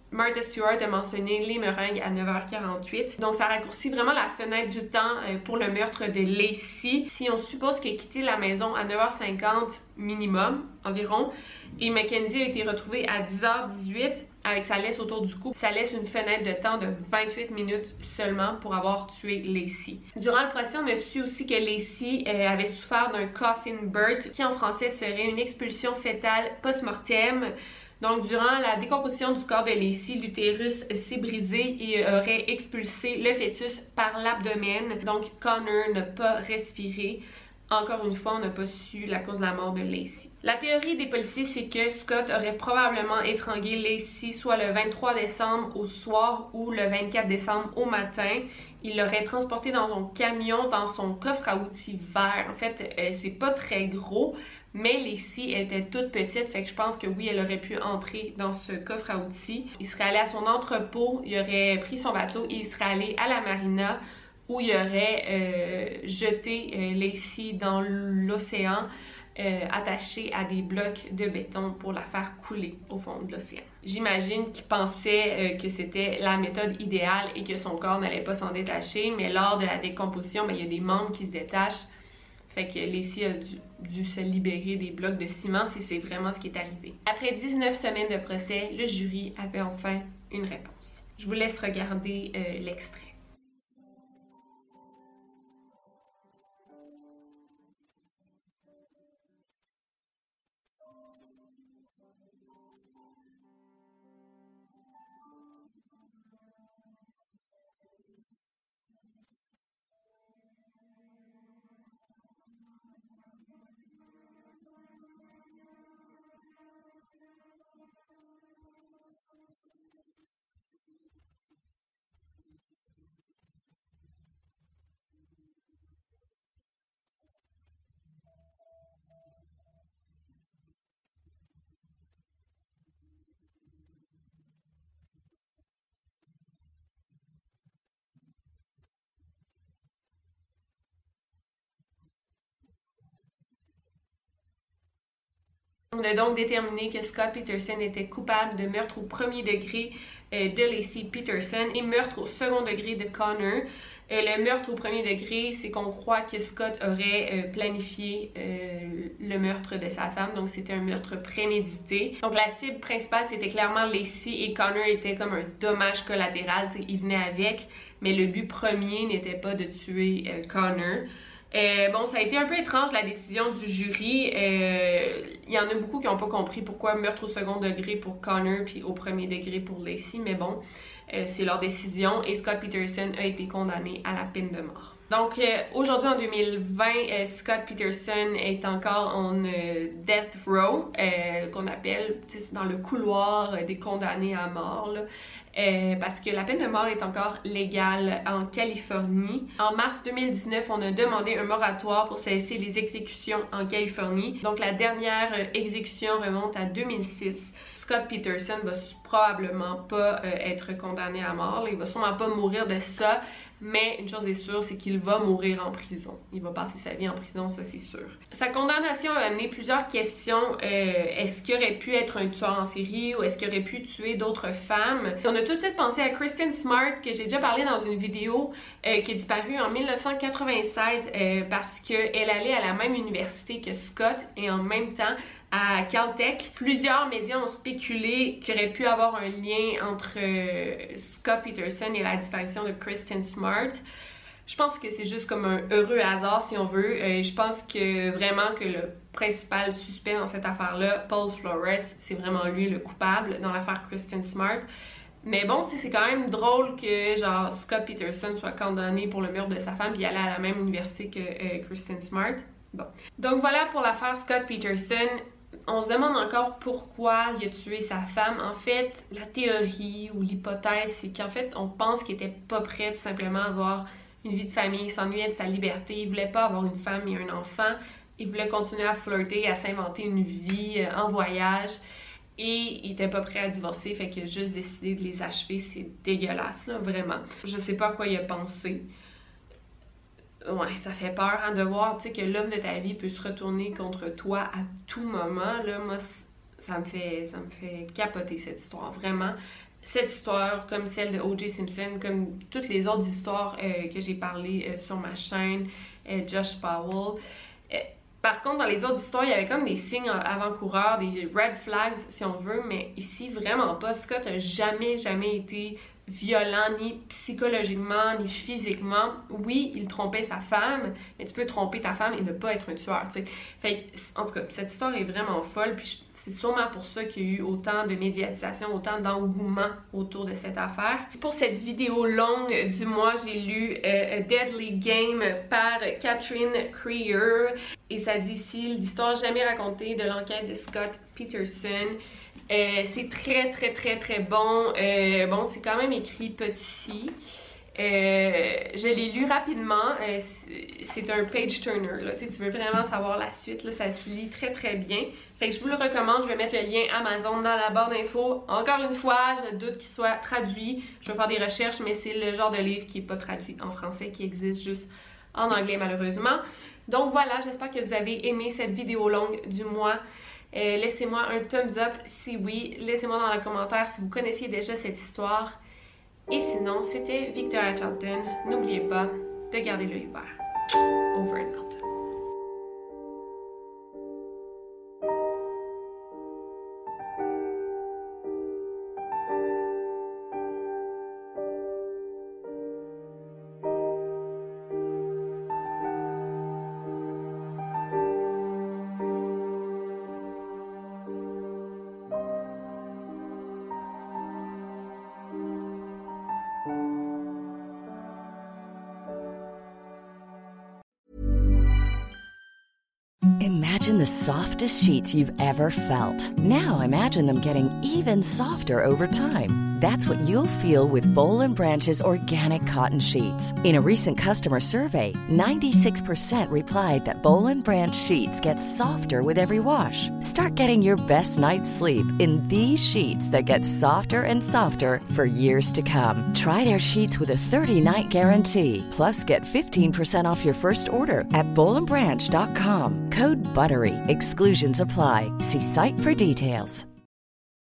Martha Stewart a mentionné les meringues à neuf heures quarante-huit. Donc ça raccourcit vraiment la fenêtre du temps pour le meurtre de Lacey. Si on suppose qu'elle a quitté la maison à neuf heures cinquante minimum environ, et Mackenzie a été retrouvée à dix heures dix-huit avec sa laisse autour du cou, ça laisse une fenêtre de temps de vingt-huit minutes seulement pour avoir tué Lacey. Durant le procès, on a su aussi que Lacey euh, avait souffert d'un coffin birth, qui en français serait une expulsion fœtale post-mortem. Donc, durant la décomposition du corps de Lacey, l'utérus s'est brisé et aurait expulsé le fœtus par l'abdomen. Donc, Connor n'a pas respiré. Encore une fois, on n'a pas su la cause de la mort de Lacey. La théorie des policiers, c'est que Scott aurait probablement étranglé Lacey soit le vingt-trois décembre au soir ou le vingt-quatre décembre au matin. Il l'aurait transporté dans son camion, dans son coffre à outils vert. En fait, euh, c'est pas très gros, mais Lacey était toute petite, fait que je pense que oui, elle aurait pu entrer dans ce coffre à outils. Il serait allé à son entrepôt, il aurait pris son bateau et il serait allé à la marina où il aurait euh, jeté euh, Lacey dans l'océan, euh, attachée à des blocs de béton pour la faire couler au fond de l'océan. J'imagine qu'il pensait euh, que c'était la méthode idéale et que son corps n'allait pas s'en détacher, mais lors de la décomposition, ben, il y a des membres qui se détachent. Fait que Lacey a dû, dû se libérer des blocs de ciment si c'est vraiment ce qui est arrivé. Après dix-neuf semaines de procès, le jury avait enfin une réponse. Je vous laisse regarder euh, l'extrait. On a donc déterminé que Scott Peterson était coupable de meurtre au premier degré euh, de Lacey Peterson et meurtre au second degré de Connor. Euh, le meurtre au premier degré, c'est qu'on croit que Scott aurait euh, planifié euh, le meurtre de sa femme, donc c'était un meurtre prémédité. Donc la cible principale, c'était clairement Lacey et Connor était comme un dommage collatéral, il venait avec, mais le but premier n'était pas de tuer euh, Connor. Euh, bon, ça a été un peu étrange la décision du jury. Euh, il y en a beaucoup qui n'ont pas compris pourquoi meurtre au second degré pour Connor puis au premier degré pour Lacey, mais bon, euh, c'est leur décision et Scott Peterson a été condamné à la peine de mort. Donc euh, aujourd'hui en deux mille vingt, euh, Scott Peterson est encore en euh, death row, euh, qu'on appelle dans le couloir euh, des condamnés à mort, là, euh, parce que la peine de mort est encore légale en Californie. En mars deux mille dix-neuf, on a demandé un moratoire pour cesser les exécutions en Californie. Donc la dernière euh, exécution remonte à deux mille six. Scott Peterson va probablement pas euh, être condamné à mort, là. Il va sûrement pas mourir de ça. Mais une chose est sûre, c'est qu'il va mourir en prison. Il va passer sa vie en prison, ça c'est sûr. Sa condamnation a amené plusieurs questions. Euh, est-ce qu'il aurait pu être un tueur en série ou est-ce qu'il aurait pu tuer d'autres femmes? On a tout de suite pensé à Kristen Smart, que j'ai déjà parlé dans une vidéo euh, qui est disparue en mille neuf cent quatre-vingt-seize euh, parce qu'elle allait à la même université que Scott et en même temps à Caltech. Plusieurs médias ont spéculé qu'il aurait pu avoir un lien entre euh, Scott Peterson et la disparition de Kristen Smart. Je pense que c'est juste comme un heureux hasard si on veut. Euh, je pense que vraiment que le principal suspect dans cette affaire-là, Paul Flores, c'est vraiment lui le coupable dans l'affaire Kristen Smart. Mais bon, tu sais, c'est quand même drôle que genre Scott Peterson soit condamné pour le meurtre de sa femme puis aller à la même université que euh, Kristen Smart. Bon. Donc voilà pour l'affaire Scott Peterson. On se demande encore pourquoi il a tué sa femme. En fait, la théorie ou l'hypothèse, c'est qu'en fait, on pense qu'il était pas prêt tout simplement à avoir une vie de famille, il s'ennuyait de sa liberté, il voulait pas avoir une femme et un enfant, il voulait continuer à flirter, à s'inventer une vie en voyage et il était pas prêt à divorcer, fait qu'il a juste décidé de les achever. C'est dégueulasse, là, vraiment. Je sais pas à quoi il a pensé. Ouais, ça fait peur hein, de voir tu sais, que l'homme de ta vie peut se retourner contre toi à tout moment. Là, moi, ça me fait, ça me fait capoter cette histoire, vraiment. cette histoire, comme celle de O J Simpson, comme toutes les autres histoires euh, que j'ai parlé euh, sur ma chaîne, euh, Josh Powell. Euh, par contre, dans les autres histoires, il y avait comme des signes avant-coureurs, des red flags, si on veut, mais ici, vraiment pas. Scott n'a jamais, jamais été violent, ni psychologiquement, ni physiquement. Oui, il trompait sa femme, mais tu peux tromper ta femme et ne pas être un tueur, tu sais. Fait que, en tout cas, cette histoire est vraiment folle, puis c'est sûrement pour ça qu'il y a eu autant de médiatisation, autant d'engouement autour de cette affaire. Pour cette vidéo longue du mois, j'ai lu euh, A Deadly Game par Catherine Creer. Et ça dit ici l'histoire jamais racontée de l'enquête de Scott Peterson. Euh, c'est très très très très bon. Euh, bon, c'est quand même écrit petit. Euh, je l'ai lu rapidement. Euh, c'est un page turner. Là. Tu sais, tu veux vraiment savoir la suite. Là, ça se lit très très bien. Fait que je vous le recommande. Je vais mettre le lien Amazon dans la barre d'infos. Encore une fois, je doute qu'il soit traduit. Je vais faire des recherches, mais c'est le genre de livre qui n'est pas traduit en français, qui existe juste en anglais malheureusement. Donc voilà, j'espère que vous avez aimé cette vidéo longue du mois. Euh, laissez-moi un thumbs up si oui. Laissez-moi dans les commentaires si vous connaissiez déjà cette histoire. Et sinon, c'était Victoria Charlton. N'oubliez pas de garder l'œil ouvert. Over and out. Imagine the softest sheets you've ever felt. Now imagine them getting even softer over time. That's what you'll feel with Boll and Branch's organic cotton sheets. In a recent customer survey, ninety-six percent replied that Boll and Branch sheets get softer with every wash. Start getting your best night's sleep in these sheets that get softer and softer for years to come. Try their sheets with a thirty-night guarantee. Plus, get fifteen percent off your first order at boll and branch dot com. Code BUTTERY. Exclusions apply. See site for details.